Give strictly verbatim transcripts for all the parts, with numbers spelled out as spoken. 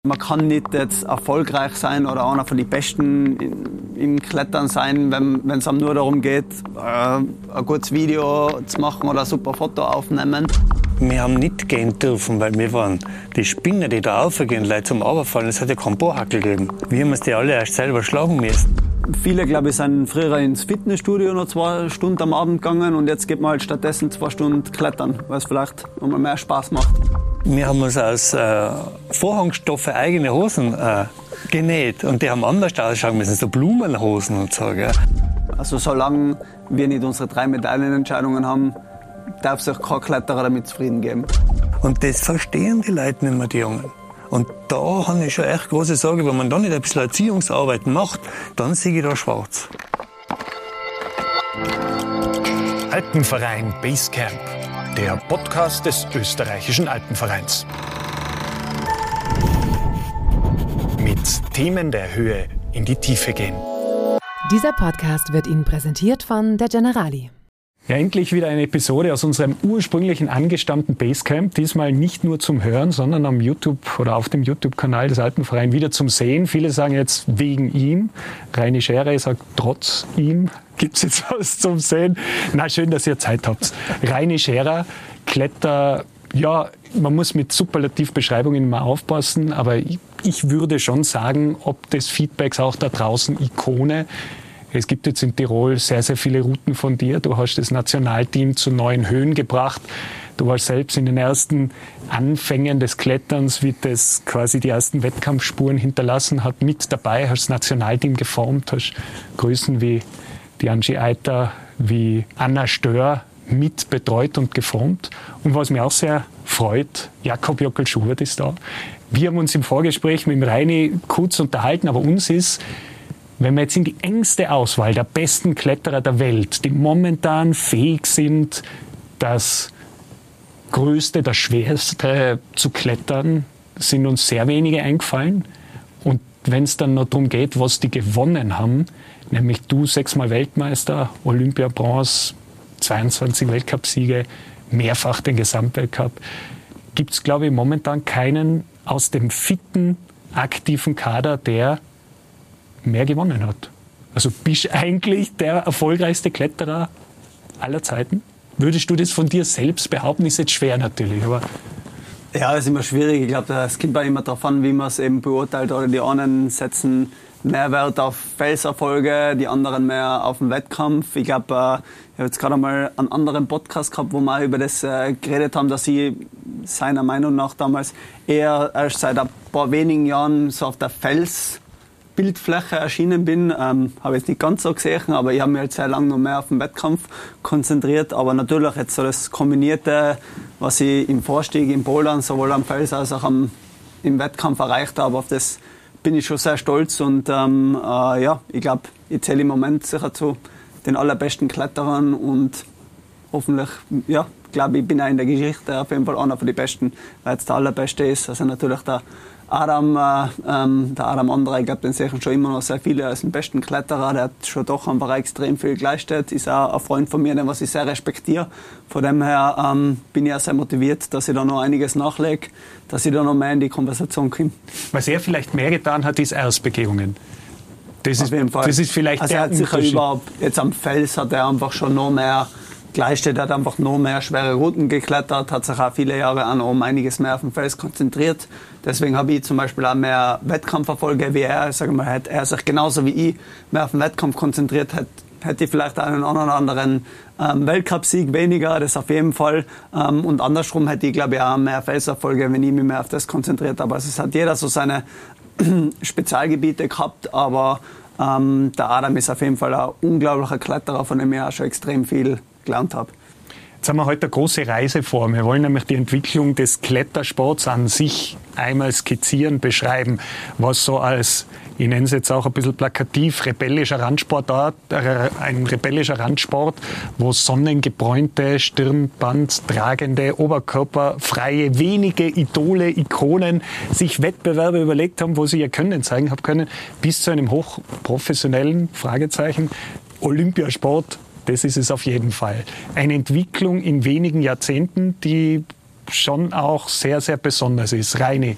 Man kann nicht jetzt erfolgreich sein oder einer von den Besten im Klettern sein, wenn es einem nur darum geht, äh, ein gutes Video zu machen oder ein super Foto aufnehmen. Wir haben nicht gehen dürfen, weil wir waren die Spinner, die da aufgehen, Leute zum Runterfallen. Es hat ja keinen Bohrhackel gegeben. Wir haben uns die alle erst selber schlagen müssen. Viele, glaube ich, sind früher ins Fitnessstudio noch zwei Stunden am Abend gegangen und jetzt geht man halt stattdessen zwei Stunden klettern, weil es vielleicht nochmal mehr Spaß macht. Wir haben uns aus äh, Vorhangstoffe eigene Hosen äh, genäht und die haben anders ausschauen müssen, so Blumenhosen und so. Gell? Also solange wir nicht unsere drei Medaillenentscheidungen haben, darf sich kein Kletterer damit zufrieden geben. Und das verstehen die Leute nicht mehr, die Jungen. Und da habe ich schon echt große Sorge, wenn man da nicht ein bisschen Erziehungsarbeit macht, dann sehe ich da schwarz. Alpenverein Basecamp, der Podcast des österreichischen Alpenvereins. Mit Themen der Höhe in die Tiefe gehen. Dieser Podcast wird Ihnen präsentiert von der Generali. Ja, endlich wieder eine Episode aus unserem ursprünglichen angestammten Basecamp. Diesmal nicht nur zum Hören, sondern am YouTube oder auf dem YouTube-Kanal des Alpenvereins wieder zum Sehen. Viele sagen jetzt wegen ihm. Reini Scherer sagt, trotz ihm gibt's jetzt was zum Sehen. Na, schön, dass ihr Zeit habt. Reini Scherer, Kletter, ja, man muss mit Superlativbeschreibungen immer aufpassen, aber ich, ich würde schon sagen, ob des Feedbacks auch da draußen Ikone. Es gibt jetzt in Tirol sehr, sehr viele Routen von dir. Du hast das Nationalteam zu neuen Höhen gebracht. Du warst selbst in den ersten Anfängen des Kletterns, wie das quasi die ersten Wettkampfspuren hinterlassen hat, mit dabei, hast das Nationalteam geformt, hast Größen wie die Angie Eiter, wie Anna Stör mit betreut und geformt. Und was mich auch sehr freut, Jakob Jockel-Schubert ist da. Wir haben uns im Vorgespräch mit dem Reini kurz unterhalten, aber uns ist, wenn wir jetzt in die engste Auswahl der besten Kletterer der Welt, die momentan fähig sind, das Größte, das Schwerste zu klettern, sind uns sehr wenige eingefallen. Und wenn es dann noch darum geht, was die gewonnen haben, nämlich du sechsmal Weltmeister, Olympia-Bronze, zweiundzwanzig Weltcupsiege, mehrfach den Gesamtweltcup, gibt es, glaube ich, momentan keinen aus dem fitten, aktiven Kader, der mehr gewonnen hat. Also bist du eigentlich der erfolgreichste Kletterer aller Zeiten? Würdest du das von dir selbst behaupten? Ist jetzt schwer natürlich, aber... Ja, das ist immer schwierig. Ich glaube, es kommt auch immer darauf an, wie man es eben beurteilt. Oder die einen setzen mehr Wert auf Felserfolge, die anderen mehr auf den Wettkampf. Ich glaube, ich habe jetzt gerade einmal einen anderen Podcast gehabt, wo wir über das geredet haben, dass ich seiner Meinung nach damals eher erst seit ein paar wenigen Jahren so auf der Fels Bildfläche erschienen bin, ähm, habe ich jetzt nicht ganz so gesehen, aber ich habe mich halt sehr lange noch mehr auf den Wettkampf konzentriert. Aber natürlich jetzt so das Kombinierte, was ich im Vorstieg, im Bouldern, sowohl am Fels als auch am, im Wettkampf erreicht habe, auf das bin ich schon sehr stolz. Und ähm, äh, ja, ich glaube, ich zähle im Moment sicher zu den allerbesten Kletterern und hoffentlich, ja, glaube ich, bin auch in der Geschichte auf jeden Fall einer von den Besten, weil jetzt der Allerbeste ist. Also natürlich der Adam, äh, ähm, der Adam Andrei, ich glaube, den sehen schon immer noch sehr viele als den besten Kletterer. Der hat schon doch einfach extrem viel geleistet. Ist auch ein Freund von mir, den was ich sehr respektiere. Von dem her ähm, bin ich auch sehr motiviert, dass ich da noch einiges nachlege, dass ich da noch mehr in die Konversation komme. Was er vielleicht mehr getan hat, ist Erstbegehungen. Das, ist, das ist vielleicht also der er hat sicher Unterschied. Überhaupt, jetzt am Fels hat er einfach schon noch mehr geleistet, er hat einfach noch mehr schwere Routen geklettert, hat sich auch viele Jahre an um einiges mehr auf den Fels konzentriert. Deswegen habe ich zum Beispiel auch mehr Wettkampferfolge wie er. Ich sage mal, hätte er sich genauso wie ich mehr auf den Wettkampf konzentriert, hätte, hätte ich vielleicht einen oder anderen ähm, Weltcupsieg weniger, das auf jeden Fall. Ähm, und andersrum hätte ich, glaube ich, auch mehr Felserfolge, wenn ich mich mehr auf das konzentriert habe. Also es hat jeder so seine Spezialgebiete gehabt, aber ähm, der Adam ist auf jeden Fall ein unglaublicher Kletterer, von dem ich auch schon extrem viel gelernt habe. Jetzt haben wir heute eine große Reise vor. Wir wollen nämlich die Entwicklung des Klettersports an sich einmal skizzieren, beschreiben, was so als, ich nenne es jetzt auch ein bisschen plakativ, rebellischer Randsportart, äh, ein rebellischer Randsport, wo sonnengebräunte, Stirnband tragende, oberkörperfreie, wenige Idole, Ikonen sich Wettbewerbe überlegt haben, wo sie ihr Können zeigen haben können, bis zu einem hochprofessionellen, Fragezeichen, Olympiasport. Das ist es auf jeden Fall. Eine Entwicklung in wenigen Jahrzehnten, die schon auch sehr, sehr besonders ist. Reini,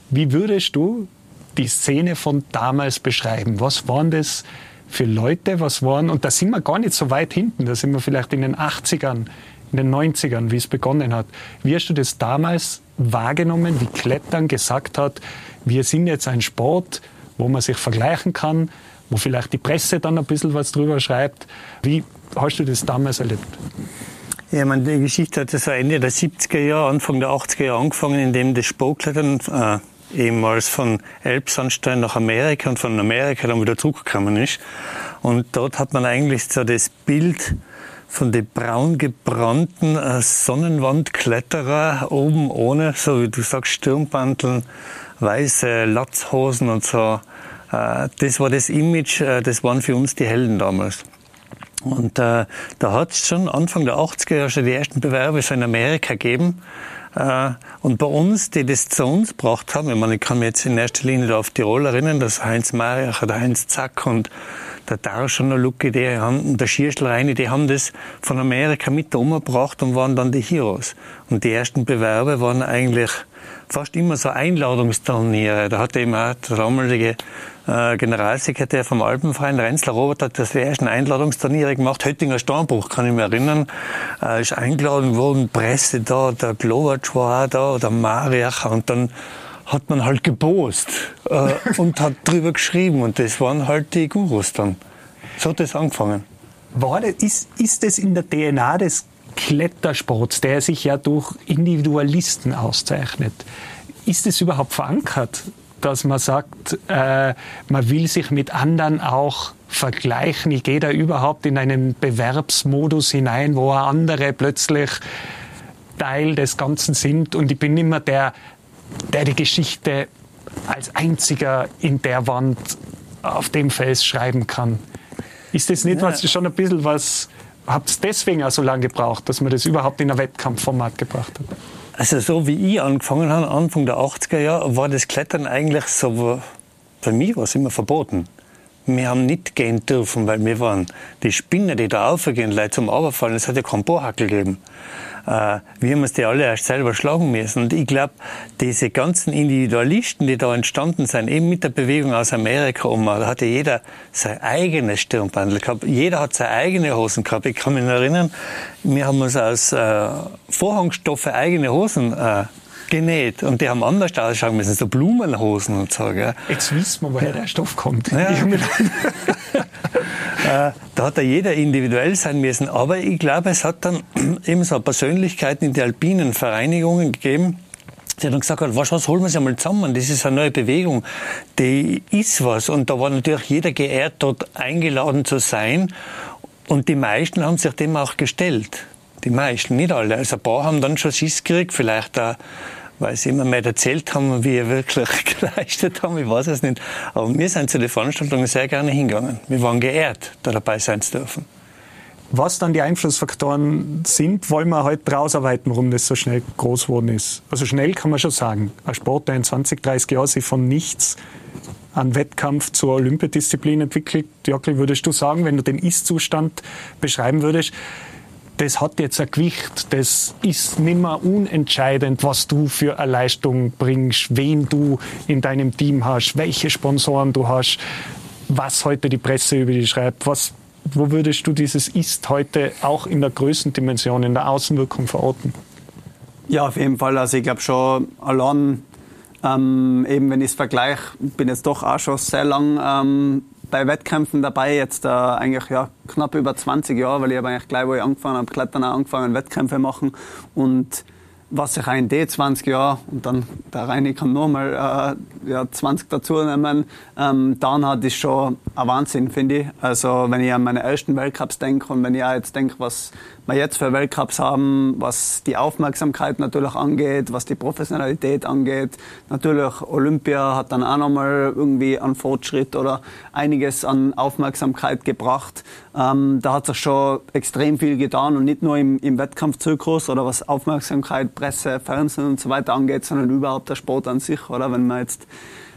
Wie würdest du die Szene von damals beschreiben? Was waren das für Leute? Was waren, und da sind wir gar nicht so weit hinten, da sind wir vielleicht in den achtzigern, in den neunzigern, wie es begonnen hat. Wie hast du das damals wahrgenommen, wie Klettern gesagt hat, wir sind jetzt ein Sport, wo man sich vergleichen kann, wo vielleicht die Presse dann ein bisschen was drüber schreibt. Wie hast du das damals erlebt? Ja, meine, die Geschichte hat so Ende der siebziger Jahre, Anfang der achtziger Jahre angefangen, in dem das Sportklettern äh, ehemals von Elbsandstein nach Amerika und von Amerika dann wieder zurückgekommen ist. Und dort hat man eigentlich so das Bild von den braun gebrannten äh, Sonnenwandkletterer oben ohne, so wie du sagst, Stirnbanteln, weiße Latzhosen und so. Äh, das war das Image, äh, das waren für uns die Helden damals. Und äh, da hat es schon Anfang der achtziger Jahre schon die ersten Bewerbe so in Amerika gegeben. Äh, und bei uns, die das zu uns gebracht haben, ich meine, ich kann mich jetzt in erster Linie auf Tirol erinnern, dass Heinz Mariach, der Heinz Zack und der Tausch und der Lucke, die haben, der Schierschl Reini, die haben das von Amerika mit da umgebracht und waren dann die Heroes. Und die ersten Bewerbe waren eigentlich fast immer so Einladungsturniere. Da hat eben auch der damalige äh, Generalsekretär vom Alpenverein, Renzler Robert, hat das die ersten Einladungsturniere gemacht. Höttinger Steinbruch, kann ich mich erinnern, äh, ist eingeladen worden, Presse da, der Glowacz war auch da, der Mariach, und dann hat man halt gepost äh, und hat drüber geschrieben, und das waren halt die Gurus dann. So hat das angefangen. War das, ist, ist das in der D N A des Klettersports, der sich ja durch Individualisten auszeichnet, ist es überhaupt verankert, dass man sagt, äh, man will sich mit anderen auch vergleichen? Ich gehe da überhaupt in einen Bewerbsmodus hinein, wo andere plötzlich Teil des Ganzen sind, und ich bin immer der, der die Geschichte als einziger in der Wand auf dem Fels schreiben kann. Ist das nicht, was schon ein bisschen was, habt ihr deswegen auch so lange gebraucht, dass man das überhaupt in ein Wettkampfformat gebracht hat? Also so wie ich angefangen habe, Anfang der achtziger Jahre, war das Klettern eigentlich so, für mich war es immer verboten. Wir haben nicht gehen dürfen, weil wir waren die Spinner, die da aufgehen, Leute zum Runterfallen. Es hat ja keinen Bohrhackel gegeben. Äh, wir haben uns die alle erst selber schlagen müssen. Und ich glaube, diese ganzen Individualisten, die da entstanden sind, eben mit der Bewegung aus Amerika um, da hatte jeder sein eigenes Stirnbandel gehabt. Jeder hat seine eigene Hosen gehabt. Ich kann mich erinnern, wir haben uns aus äh, Vorhangstoffe eigene Hosen äh, genäht. Und die haben anders ausschauen müssen, so Blumenhosen und so. Gell. Jetzt wissen wir, woher der Stoff kommt. Ja. äh, da hat ja jeder individuell sein müssen. Aber ich glaube, es hat dann eben so Persönlichkeiten in die alpinen Vereinigungen gegeben, die dann gesagt haben, was, was holen wir sie einmal zusammen? Das ist eine neue Bewegung, die ist was. Und da war natürlich jeder geehrt, dort eingeladen zu sein. Und die meisten haben sich dem auch gestellt. Die meisten, nicht alle. Also ein paar haben dann schon Schiss gekriegt, vielleicht auch, weil sie immer mehr erzählt haben, wie wir wirklich geleistet haben, ich weiß es nicht. Aber wir sind zu den Veranstaltungen sehr gerne hingegangen. Wir waren geehrt, da dabei sein zu dürfen. Was dann die Einflussfaktoren sind, wollen wir heute rausarbeiten, warum das so schnell groß geworden ist. Also schnell kann man schon sagen. Ein Sport, der in zwanzig, dreißig Jahren sich von nichts an Wettkampf zur Olympiadisziplin entwickelt. Jockl, würdest du sagen, wenn du den Ist-Zustand beschreiben würdest, das hat jetzt ein Gewicht, das ist nicht mehr unentscheidend, was du für eine Leistung bringst, wen du in deinem Team hast, welche Sponsoren du hast, was heute die Presse über dich schreibt. Was, wo würdest du dieses Ist heute auch in der Größendimension, in der Außenwirkung verorten? Ja, auf jeden Fall. Also ich glaube schon, allein, ähm, eben wenn ich es vergleiche, bin jetzt doch auch schon sehr lang ähm, bei Wettkämpfen dabei, jetzt äh, eigentlich ja, knapp über zwanzig Jahre, weil ich habe eigentlich gleich, wo ich angefangen habe, Klettern auch angefangen, Wettkämpfe machen. Und was sich auch in den zwanzig Jahren, und dann der Reini kann nochmal äh, ja, zwanzig dazu nehmen, ähm, dann hat ist schon ein Wahnsinn, finde ich. Also wenn ich an meine ersten Weltcups denke und wenn ich auch jetzt denke, was wir jetzt für Weltcups haben, was die Aufmerksamkeit natürlich angeht, was die Professionalität angeht. Natürlich Olympia hat dann auch nochmal irgendwie einen Fortschritt oder einiges an Aufmerksamkeit gebracht. Ähm, da hat sich schon extrem viel getan und nicht nur im, im Wettkampfzyklus oder was Aufmerksamkeit, Presse, Fernsehen und so weiter angeht, sondern überhaupt der Sport an sich, oder? Wenn man jetzt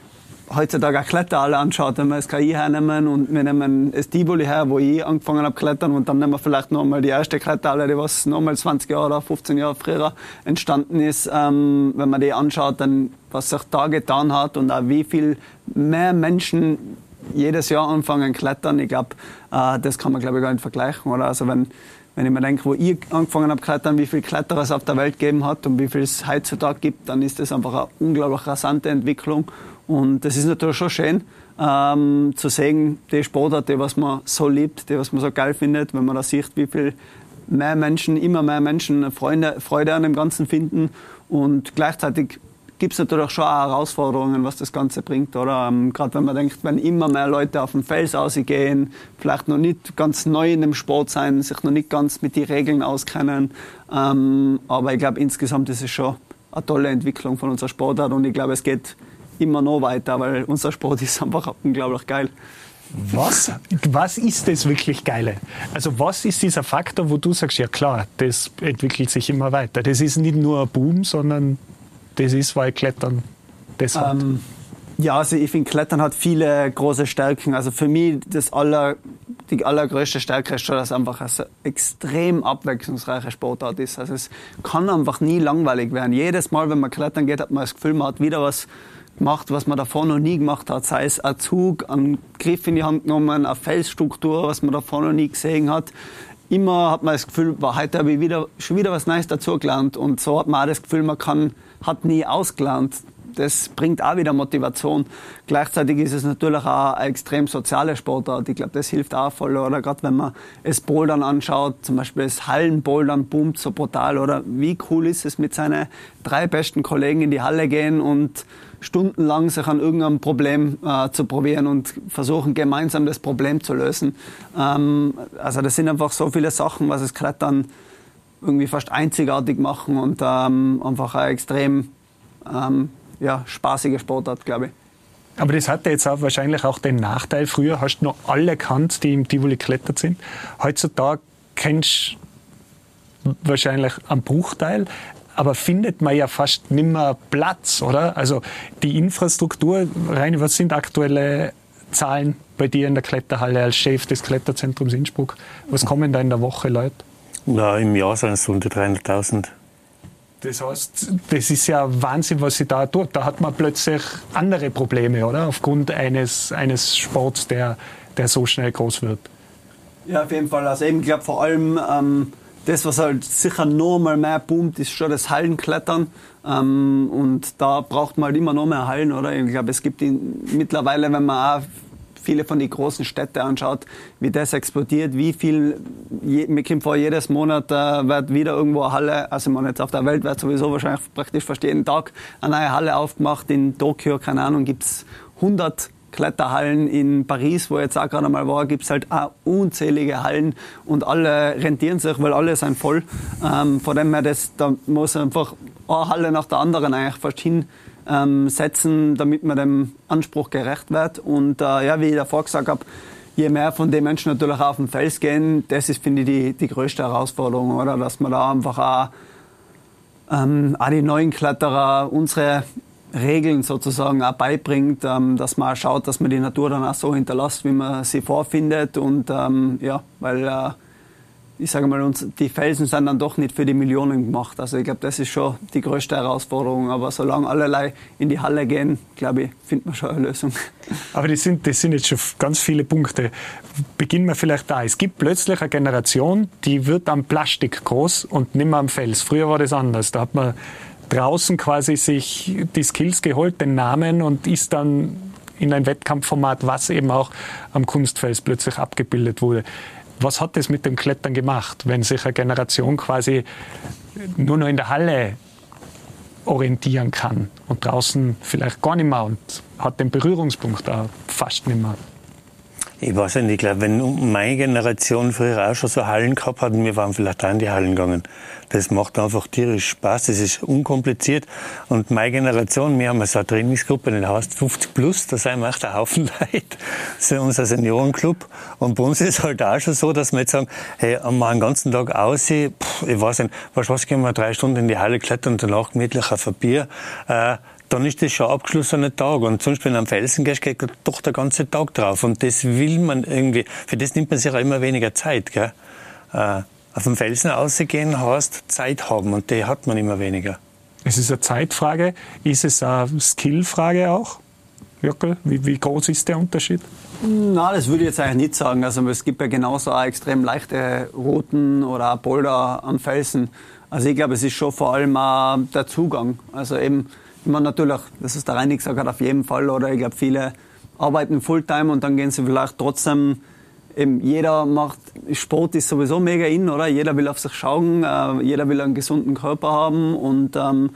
heutzutage auch Kletterhalle anschaut, wenn wir das K I hernehmen und wir nehmen das Tivoli her, wo ich angefangen habe klettern und dann nehmen wir vielleicht noch mal die erste Kletterhalle, die was noch mal zwanzig Jahre oder fünfzehn Jahre früher entstanden ist. Ähm, wenn man die anschaut, dann was sich da getan hat und auch wie viel mehr Menschen jedes Jahr anfangen klettern. Ich glaube, äh, das kann man glaube ich gar nicht vergleichen, oder? Also wenn Wenn ich mir denke, wo ich angefangen habe klettern, wie viele Kletterer es auf der Welt gegeben hat und wie viel es heutzutage gibt, dann ist das einfach eine unglaublich rasante Entwicklung. Und das ist natürlich schon schön, ähm, zu sehen, die Sportart, die was man so liebt, die was man so geil findet, wenn man da sieht, wie viel mehr Menschen, immer mehr Menschen Freunde, Freude an dem Ganzen finden. Und gleichzeitig gibt es natürlich schon auch Herausforderungen, was das Ganze bringt, oder? Ähm, Gerade wenn man denkt, wenn immer mehr Leute auf den Fels rausgehen, vielleicht noch nicht ganz neu in dem Sport sein, sich noch nicht ganz mit den Regeln auskennen. Ähm, aber ich glaube, insgesamt ist es schon eine tolle Entwicklung von unserer Sportart und ich glaube, es geht immer noch weiter, weil unser Sport ist einfach unglaublich geil. Was, was ist das wirklich Geile? Also was ist dieser Faktor, wo du sagst, ja klar, das entwickelt sich immer weiter. Das ist nicht nur ein Boom, sondern das ist, weil Klettern das hat. Ähm, ja, also ich finde, Klettern hat viele große Stärken. Also für mich das aller, die allergrößte Stärke ist schon, dass es einfach eine extrem abwechslungsreiche Sportart ist. Also es kann einfach nie langweilig werden. Jedes Mal, wenn man klettern geht, hat man das Gefühl, man hat wieder was gemacht, was man davor noch nie gemacht hat. Sei es ein Zug, ein Griff in die Hand genommen, eine Felsstruktur, was man davor noch nie gesehen hat. Immer hat man das Gefühl, boah, heute habe ich wieder, schon wieder was Neues dazugelernt. Und so hat man auch das Gefühl, man kann, hat nie ausgelernt. Das bringt auch wieder Motivation. Gleichzeitig ist es natürlich auch eine extrem soziale Sportart. Ich glaube, das hilft auch voll. Oder gerade wenn man das Bouldern anschaut, zum Beispiel das Hallenbouldern boomt so brutal. Oder wie cool ist es, mit seinen drei besten Kollegen in die Halle gehen und stundenlang sich an irgendeinem Problem äh, zu probieren und versuchen, gemeinsam das Problem zu lösen. Ähm, also das sind einfach so viele Sachen, was das Klettern irgendwie fast einzigartig machen und ähm, einfach eine extrem ähm, ja, spaßige Sportart, glaube ich. Aber das hatte jetzt auch wahrscheinlich auch den Nachteil. Früher hast du noch alle gekannt, die im Tivoli geklettert sind. Heutzutage kennst du wahrscheinlich einen Bruchteil. Aber findet man ja fast nicht mehr Platz, oder? Also die Infrastruktur, rein, was sind aktuelle Zahlen bei dir in der Kletterhalle als Chef des Kletterzentrums Innsbruck? Was kommen da in der Woche Leute? Na, im Jahr sind es unter dreihunderttausend. Das heißt, das ist ja Wahnsinn, was sie da tut. Da hat man plötzlich andere Probleme, oder? Aufgrund eines, eines Sports, der, der so schnell groß wird. Ja, auf jeden Fall. Also eben, ich glaube vor allem... Ähm Das, was halt sicher noch mal mehr boomt, ist schon das Hallenklettern. Ähm, und da braucht man halt immer noch mehr Hallen, oder? Ich glaube, es gibt in, mittlerweile, wenn man auch viele von den großen Städten anschaut, wie das explodiert, wie viel, je, mir kommt vor, jedes Monat äh, wird wieder irgendwo eine Halle, also man jetzt auf der Welt wird sowieso wahrscheinlich praktisch fast jeden Tag eine neue Halle aufgemacht. In Tokio, keine Ahnung, gibt es hundert Kletterhallen. In Paris, wo ich jetzt auch gerade mal war, gibt es halt auch unzählige Hallen und alle rentieren sich, weil alle sind voll. Ähm, von dem her, das, da muss einfach eine Halle nach der anderen eigentlich fast hinsetzen, ähm, damit man dem Anspruch gerecht wird. Und äh, ja, wie ich davor gesagt habe, je mehr von den Menschen natürlich auf den Fels gehen, das ist, finde ich, die, die größte Herausforderung, oder? Dass man da einfach auch, ähm, auch die neuen Kletterer unsere Regeln sozusagen auch beibringt, ähm, dass man auch schaut, dass man die Natur dann auch so hinterlässt, wie man sie vorfindet. Und ähm, ja, weil äh, ich sage mal, uns, die Felsen sind dann doch nicht für die Millionen gemacht. Also ich glaube, das ist schon die größte Herausforderung. Aber solange allerlei in die Halle gehen, glaube ich, findet man schon eine Lösung. Aber das sind, das sind jetzt schon ganz viele Punkte. Beginnen wir vielleicht da. Es gibt plötzlich eine Generation, die wird am Plastik groß und nicht mehr am Fels. Früher war das anders. Da hat man draußen quasi sich die Skills geholt, den Namen und ist dann in ein Wettkampfformat, was eben auch am Kunstfels plötzlich abgebildet wurde. Was hat das mit dem Klettern gemacht, wenn sich eine Generation quasi nur noch in der Halle orientieren kann und draußen vielleicht gar nicht mehr und hat den Berührungspunkt auch fast nicht mehr? Ich weiß nicht, ich glaube, wenn meine Generation früher auch schon so Hallen gehabt hat, wir waren vielleicht auch in die Hallen gegangen. Das macht einfach tierisch Spaß, das ist unkompliziert. Und meine Generation, wir haben so eine Trainingsgruppe, die heißt fünfzig plus, da sind wir echt ein Haufen Leute. Das ist unser Seniorenclub. Und bei uns ist es halt auch schon so, dass wir jetzt sagen, hey, mal einen ganzen Tag aussehen, ich weiß nicht, was, was gehen wir drei Stunden in die Halle klettern und danach gemütlich auf ein Bier. Äh, dann ist das schon ein abgeschlossener Tag. Und zum Beispiel am Felsen gehst, geht doch der ganze Tag drauf. Und das will man irgendwie, für das nimmt man sich auch immer weniger Zeit. Gell? Äh, auf dem Felsen rausgehen heißt Zeit haben und die hat man immer weniger. Es ist eine Zeitfrage. Ist es eine Skillfrage auch? Jockel, wie, wie groß ist der Unterschied? Na, das würde ich jetzt eigentlich nicht sagen. Also es gibt ja genauso auch extrem leichte Routen oder Boulder am Felsen. Also ich glaube, es ist schon vor allem auch der Zugang. Also eben, ich meine natürlich, das ist der Reini gesagt hat, auf jeden Fall. Oder ich glaube, viele arbeiten Fulltime und dann gehen sie vielleicht trotzdem, eben jeder macht, Sport ist sowieso mega in, oder? Jeder will auf sich schauen, äh, jeder will einen gesunden Körper haben und ähm,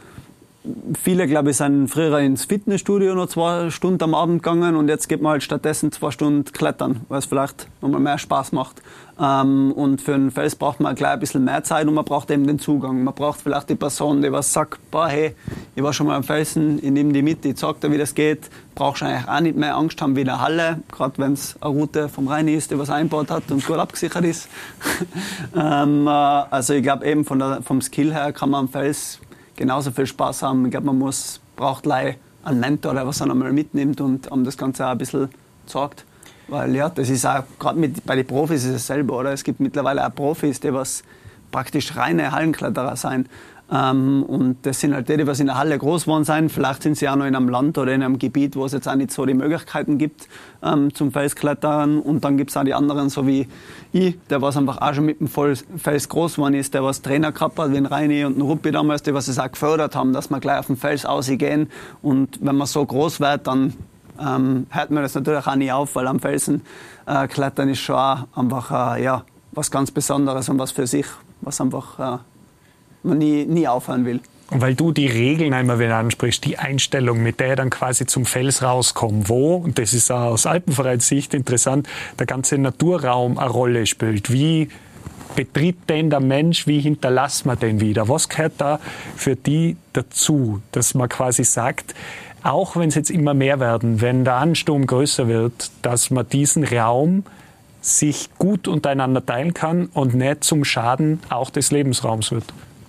viele, glaube ich, sind früher ins Fitnessstudio noch zwei Stunden am Abend gegangen und jetzt geht man halt stattdessen zwei Stunden klettern, weil es vielleicht nochmal mehr Spaß macht. Ähm, und für einen Fels braucht man gleich ein bisschen mehr Zeit und man braucht eben den Zugang. Man braucht vielleicht die Person, die was sagt, boah, hey, ich war schon mal am Felsen, ich nehme die mit, ich zeig dir, wie das geht. Brauchst eigentlich auch nicht mehr Angst haben wie in der Halle, gerade wenn es eine Route vom Reini ist, die was eingebaut hat und gut abgesichert ist. ähm, äh, also ich glaube eben von der, vom Skill her kann man am Fels genauso viel Spaß haben. Ich glaube, man muss, braucht leider einen Mentor, der was dann einmal mitnimmt und um das Ganze auch ein bisschen zeigt. Weil ja, das ist auch, gerade bei den Profis ist es selber, oder? Es gibt mittlerweile auch Profis, die was praktisch reine Hallenkletterer sein. Ähm, und das sind halt die, die was in der Halle groß geworden sind. Vielleicht sind sie auch noch in einem Land oder in einem Gebiet, wo es jetzt auch nicht so die Möglichkeiten gibt ähm, zum Felsklettern. Und dann gibt es auch die anderen, so wie ich, der was einfach auch schon mit dem Fels groß geworden ist, der was Trainer gehabt hat, wie ein Reini und ein Ruppi damals, die was es auch gefördert haben, dass wir gleich auf den Fels ausgehen. Und wenn man so groß wird, dann ähm, hört man das natürlich auch nie auf, weil am Felsen äh, klettern ist schon auch einfach äh, ja, was ganz Besonderes und was für sich, was einfach äh, man nie, nie aufhören will. Und weil du die Regeln einmal wieder ansprichst, die Einstellung, mit der dann quasi zum Fels rauskommt, wo, und das ist auch aus Alpenvereinssicht interessant, der ganze Naturraum eine Rolle spielt. Wie betritt denn der Mensch, wie hinterlässt man den wieder? Was gehört da für die dazu, dass man quasi sagt, auch wenn es jetzt immer mehr werden, wenn der Ansturm größer wird, dass man diesen Raum sich gut untereinander teilen kann und nicht zum Schaden auch des Lebensraums wird?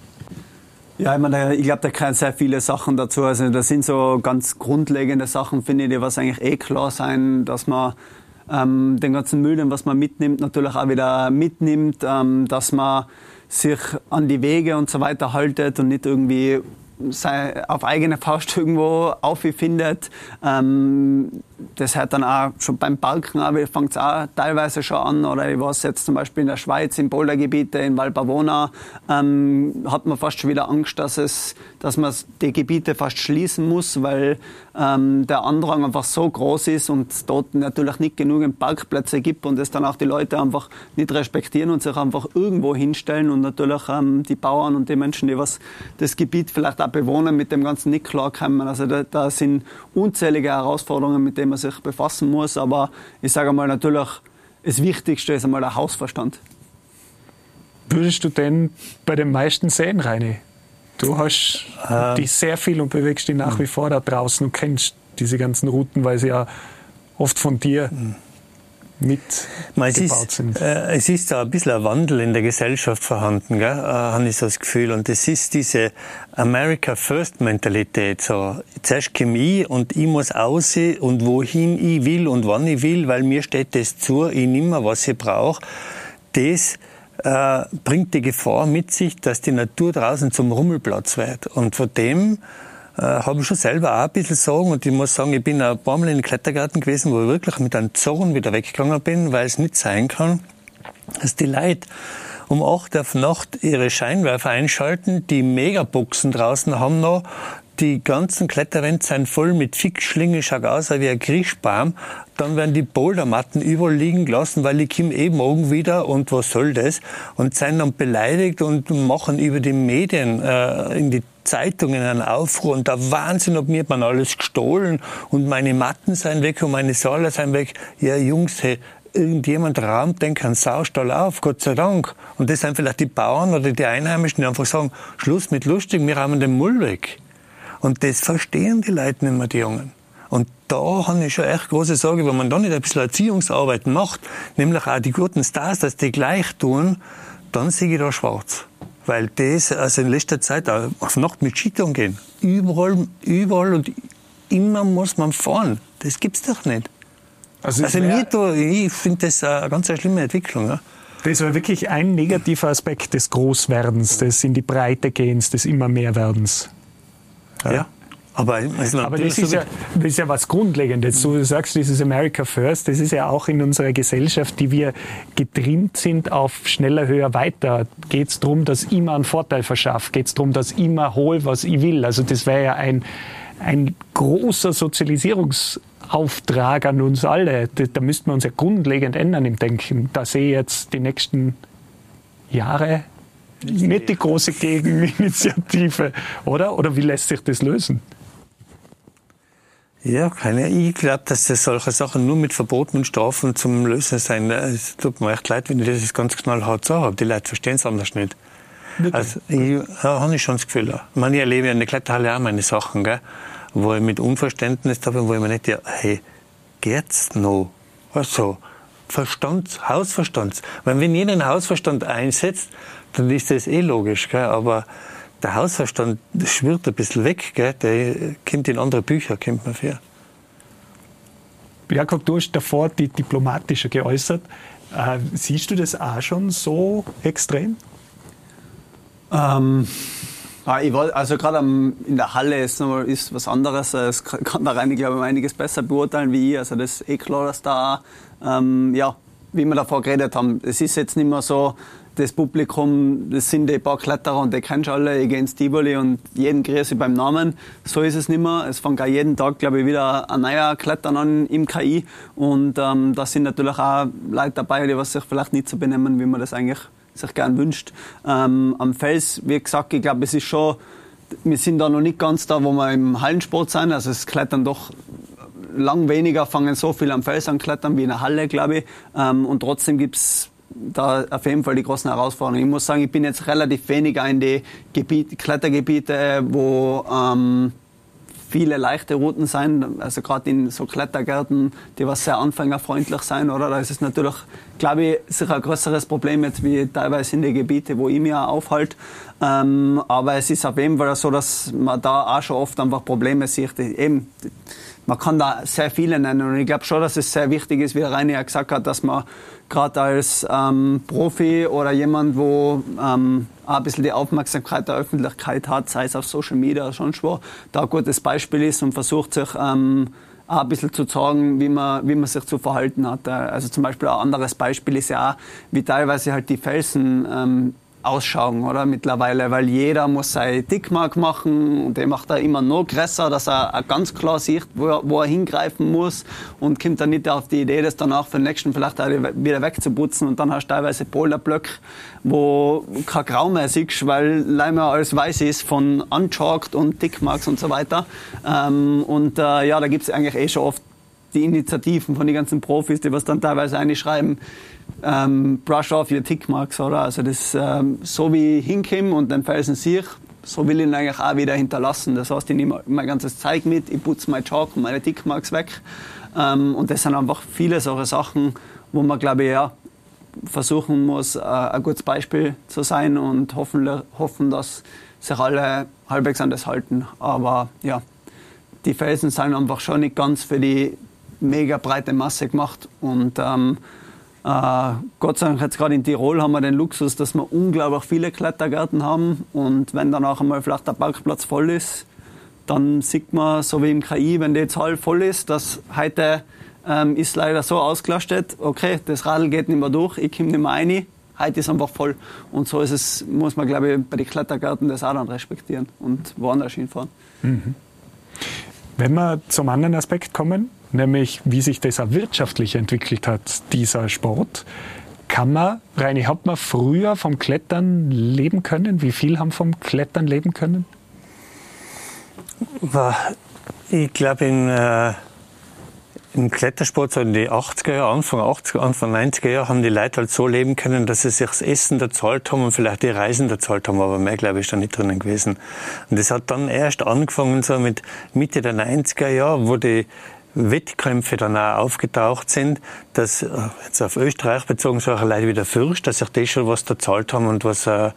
Ja, ich meine, ich glaube, da gehören sehr viele Sachen dazu. Also das sind so ganz grundlegende Sachen, finde ich, die was eigentlich eh klar sein, dass man ähm, den ganzen Müll, den was man mitnimmt, natürlich auch wieder mitnimmt, ähm, dass man sich an die Wege und so weiter haltet und nicht irgendwie sei auf eigene Faust irgendwo auffindet. Ähm, das hört dann auch schon beim Parken an, fängt es auch teilweise schon an. Oder ich weiß jetzt zum Beispiel in der Schweiz, in Bouldergebiete, in Val Pavona, ähm, hat man fast schon wieder Angst, dass, es, dass man die Gebiete fast schließen muss, weil ähm, der Andrang einfach so groß ist und es dort natürlich nicht genügend Parkplätze gibt und es dann auch die Leute einfach nicht respektieren und sich einfach irgendwo hinstellen und natürlich ähm, die Bauern und die Menschen, die was das Gebiet vielleicht auch bewohnen, mit dem Ganzen nicht klarkommen. Also da, da sind unzählige Herausforderungen, mit denen man sich befassen muss. Aber ich sage mal natürlich, das Wichtigste ist einmal der Hausverstand. Würdest du denn bei den meisten sehen, Reini? Du hast äh. dich sehr viel und bewegst dich nach wie vor da draußen und kennst diese ganzen Routen, weil sie ja oft von dir mitgebaut sind. Äh, es ist da ein bisschen ein Wandel in der Gesellschaft vorhanden, gell? Äh, habe ich so das Gefühl. Und das ist diese America-First-Mentalität. So, zuerst komme ich und ich muss aussehen und wohin ich will und wann ich will, weil mir steht das zu, ich nehme, was ich brauche. Das äh, bringt die Gefahr mit sich, dass die Natur draußen zum Rummelplatz wird. Und von dem äh, habe ich schon selber auch ein bisschen Sorgen. Und ich muss sagen, ich bin ein paar Mal in den Klettergarten gewesen, wo ich wirklich mit einem Zorn wieder weggegangen bin, weil es nicht sein kann, dass die Leute um acht auf Nacht ihre Scheinwerfer einschalten, die Megaboxen draußen haben noch, die ganzen Kletterwände sind voll mit Fixschlingen, schaut aus wie ein Kriechbaum. Dann werden die Bouldermatten überall liegen gelassen, weil ich komme eben morgen wieder und was soll das? Und sind dann beleidigt und machen über die Medien, äh, in die Zeitungen einen Aufruhr und der Wahnsinn, ob mir hat man alles gestohlen und meine Matten sind weg und meine Säuler sind weg. Ja, Jungs, hey, irgendjemand raumt den keinen Saustall auf, Gott sei Dank. Und das sind vielleicht die Bauern oder die Einheimischen, die einfach sagen, Schluss mit lustig, wir räumen den Müll weg. Und das verstehen die Leute nicht mehr, die Jungen. Und da habe ich schon echt große Sorge, wenn man da nicht ein bisschen Erziehungsarbeit macht, nämlich auch die guten Stars, dass die gleich tun, dann sehe ich da schwarz. Weil das, also in letzter Zeit, auch auf Nacht mit Skitouren gehen, überall, überall und immer muss man fahren. Das gibt's doch nicht. Also, also mir da, ich finde das eine ganz eine schlimme Entwicklung. Ja. Das war wirklich ein negativer Aspekt des Großwerdens, des in die Breite gehens, des immer mehr Werdens. Ja. ja. Aber, also Aber das, ist ja, das ist ja was Grundlegendes. Du sagst, dieses America First, das ist ja auch in unserer Gesellschaft, die wir getrimmt sind auf schneller, höher, weiter. Geht es darum, dass ich mir einen Vorteil verschaffe? Geht es darum, dass ich mir hole, was ich will? Also das wäre ja ein, ein großer Sozialisierungsauftrag an uns alle. Da, da müssten wir uns ja grundlegend ändern im Denken. Da sehe ich jetzt die nächsten Jahre nicht die große Gegeninitiative, oder? Oder wie lässt sich das lösen? Ja, keine. Ich glaube, dass das solche Sachen nur mit Verboten und Strafen zum Lösen sein. Es tut mir echt leid, wenn ich das ganz knallhart sage. Die Leute verstehen es anders nicht. Wirklich? Also, ich ja, habe ich schon das Gefühl. Ich meine, ich erlebe in der Kletterhalle auch meine Sachen, gell, wo ich mit Unverständnis da bin, wo ich mir nicht, ja, hey, geht's noch? Also, Verstand, Hausverstand. Weil wenn jeder einen Hausverstand einsetzt, dann ist das eh logisch, gell, aber der Hausverstand schwirrt ein bisschen weg, gell? Der kommt in andere Bücher, kommt man für. Jakob, du hast davor die diplomatischer geäußert. Äh, siehst du das auch schon so extrem? Ähm, ja, ich wollt, also gerade in der Halle ist, noch, ist was anderes. Es kann da rein, glaube ich, einiges besser beurteilen wie ich. Also das ist eh klar, dass da, ähm, ja, wie wir davor geredet haben, es ist jetzt nicht mehr so, das Publikum, das sind die paar Kletterer und die kennst du alle, ich gehe ins Tivoli und jeden grüße ich beim Namen. So ist es nicht mehr. Es fängt auch jeden Tag, glaube ich, wieder ein neuer Klettern an im K I. Und ähm, da sind natürlich auch Leute dabei, die was sich vielleicht nicht so benehmen, wie man das eigentlich sich gern wünscht. Ähm, am Fels, wie gesagt, ich glaube, es ist schon, wir sind da noch nicht ganz da, wo wir im Hallensport sind. Also es klettern doch lang weniger, fangen so viel am Fels an klettern wie in der Halle, glaube ich. Ähm, und trotzdem gibt's da auf jeden Fall die großen Herausforderungen. Ich muss sagen, ich bin jetzt relativ weniger in die Gebiete, Klettergebiete, wo ähm, viele leichte Routen sind. Also gerade in so Klettergärten, die was sehr anfängerfreundlich sind, oder? Da ist es natürlich, glaube ich, sicher ein größeres Problem jetzt wie teilweise in den Gebieten, wo ich mich auch aufhalte. Ähm, aber es ist auf jeden Fall so, dass man da auch schon oft einfach Probleme sieht. Eben, man kann da sehr viele nennen und ich glaube schon, dass es sehr wichtig ist, wie der Reini ja gesagt hat, dass man gerade als ähm, Profi oder jemand, wo ähm, auch ein bisschen die Aufmerksamkeit der Öffentlichkeit hat, sei es auf Social Media oder sonst wo, da ein gutes Beispiel ist und versucht sich ähm, auch ein bisschen zu zeigen, wie man, wie man sich zu verhalten hat. Also zum Beispiel ein anderes Beispiel ist ja auch, wie teilweise halt die Felsen ähm, ausschauen, oder? Mittlerweile, weil jeder muss sein Tickmark machen und der macht da immer noch größer, dass er ganz klar sieht, wo er, wo er hingreifen muss und kommt dann nicht auf die Idee, das danach für den nächsten vielleicht auch wieder wegzuputzen und dann hast du teilweise Boulderblöcke, wo kein Grau mehr siehst, weil leider alles weiß ist von Unchalked und Tickmarks und so weiter. Ähm, und äh, ja, da gibt es eigentlich eh schon oft die Initiativen von den ganzen Profis, die was dann teilweise einschreiben, ähm, brush off your Tickmarks, oder? Also das, ähm, so wie ich hinkomme und den Felsen sehe, so will ich ihn eigentlich auch wieder hinterlassen. Das heißt, ich nehme mein ganzes Zeug mit, ich putze mein Chalk und meine Tickmarks weg. Ähm, und das sind einfach viele solche Sachen, wo man, glaube ich, ja, versuchen muss, äh, ein gutes Beispiel zu sein und hoffen, hoffen, dass sich alle halbwegs an das halten. Aber ja, die Felsen sind einfach schon nicht ganz für die mega breite Masse gemacht und ähm, äh, Gott sei Dank jetzt gerade in Tirol haben wir den Luxus, dass wir unglaublich viele Klettergärten haben und wenn dann auch einmal vielleicht der Parkplatz voll ist, dann sieht man, so wie im K I, wenn die Zahl voll ist, dass heute ähm, ist leider so ausgelastet, okay, das Radl geht nicht mehr durch, ich komme nicht mehr rein, heute ist einfach voll und so ist es, muss man, glaube ich, bei den Klettergärten das auch dann respektieren und woanders hinfahren. Mhm. Wenn wir zum anderen Aspekt kommen, nämlich wie sich das auch wirtschaftlich entwickelt hat, dieser Sport, kann man, Reini, hat man früher vom Klettern leben können? Wie viel haben vom Klettern leben können? Ich glaube, in, äh, im Klettersport, so in die achtziger Jahre, Anfang achtziger, Anfang neunziger Jahre, haben die Leute halt so leben können, dass sie sich das Essen bezahlt haben und vielleicht die Reisen bezahlt haben, aber mehr, glaube ich, ist da nicht drinnen gewesen. Und das hat dann erst angefangen, so mit Mitte der neunziger Jahre, wo die Wettkämpfe dann auch aufgetaucht sind, dass, jetzt auf Österreich bezogen, solche Leute wie der Fürst, dass sich die schon was gezahlt haben und was,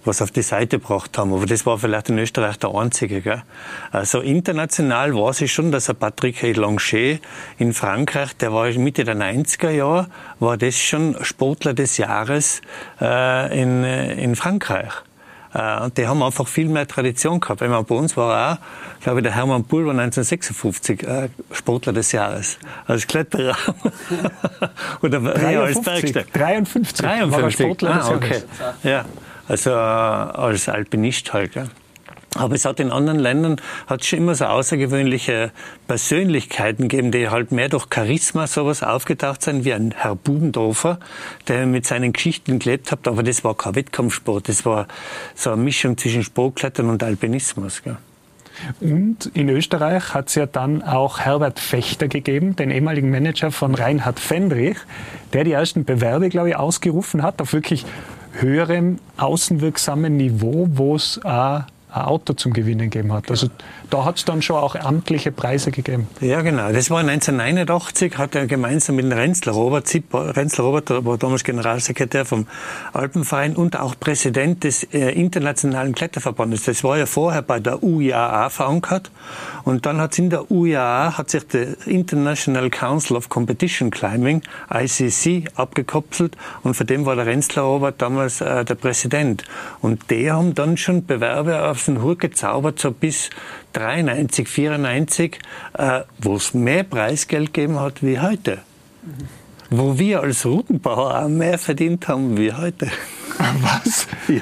was auf die Seite gebracht haben. Aber das war vielleicht in Österreich der einzige. Gell? Also international weiß ich schon, dass ein Patrick Langer in Frankreich, der war Mitte der neunziger Jahre, war das schon Sportler des Jahres äh, in, in Frankreich. Uh, und die haben einfach viel mehr Tradition gehabt. Bei uns war auch, glaube ich, der Hermann Bull war neunzehnhundertsechsundfünfzig äh, Sportler des Jahres. Als Kletterer. Oder ja, als Bergsteiger. dreiundfünfzig dreiundfünfzig war er Sportler des ah, okay. Jahres. Ja, also äh, als Alpinist halt. Ja. Aber es hat in anderen Ländern hat schon immer so außergewöhnliche Persönlichkeiten gegeben, die halt mehr durch Charisma sowas aufgetaucht sind, wie ein Herr Bubendorfer, der mit seinen Geschichten gelebt hat. Aber das war kein Wettkampfsport, das war so eine Mischung zwischen Sportklettern und Alpinismus. Gell. Und in Österreich hat es ja dann auch Herbert Fechter gegeben, den ehemaligen Manager von Reinhard Fendrich, der die ersten Bewerbe, glaube ich, ausgerufen hat, auf wirklich höherem, außenwirksamen Niveau, wo es auch ein Auto zum Gewinnen gegeben hat. Also da hat es dann schon auch amtliche Preise gegeben. Ja, genau. Das war neunzehnhundertneunundachtzig, hat er gemeinsam mit dem Renzler Robert, Zipp, Renzler Robert war damals Generalsekretär vom Alpenverein und auch Präsident des äh, Internationalen Kletterverbandes. Das war ja vorher bei der U I A A verankert. Und dann hat in der U I A A hat sich der International Council of Competition Climbing, I C C, abgekapselt. Und von dem war der Renzler Robert damals äh, der Präsident. Und die haben dann schon Bewerbe auf den Hut gezaubert, so bis dreiundneunzig, vierundneunzig, äh, wo es mehr Preisgeld gegeben hat wie heute. Mhm. Wo wir als Routenbauer auch mehr verdient haben wie heute. Was? Ja.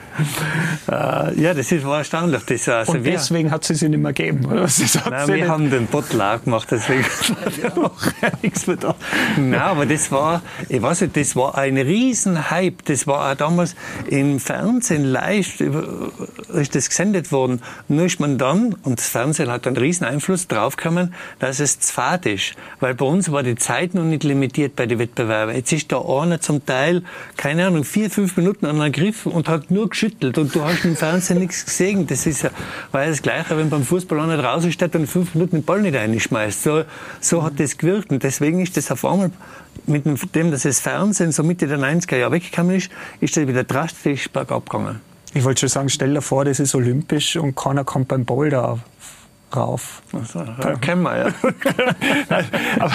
Äh, ja, das ist, war erstaunlich. Das, also und deswegen wir, hat es sie nicht mehr gegeben, oder? Das nein, wir haben den Bottle auch gemacht, deswegen war nichts mehr da. Nein, aber das war, ich weiß nicht, das war ein Riesenhype. Das war auch damals im Fernsehen live, ist das gesendet worden. Nur ist man dann, und das Fernsehen hat einen riesen Einfluss drauf gekommen, dass es zu fad ist. Weil bei uns war die Zeit noch nicht limitiert bei den Wettbewerben. Jetzt ist da einer zum Teil, keine Ahnung, vier, fünf Minuten an einem Griff und hat nur geschüttelt. Und du hast im Fernsehen nichts gesehen. Das ist ja, war ja das Gleiche, wenn beim Fußball einer draußen steht und fünf Minuten den Ball nicht reinschmeißt. So, so hat das gewirkt. Und deswegen ist das auf einmal, mit dem, dass das Fernsehen so Mitte der neunziger Jahre weggekommen ist, ist das wieder drastisch bergab gegangen. Ich wollte schon sagen, stell dir vor, das ist olympisch und keiner kommt beim Boulder auf. Rauf. Also, ja, kennen wir, ja. Aber,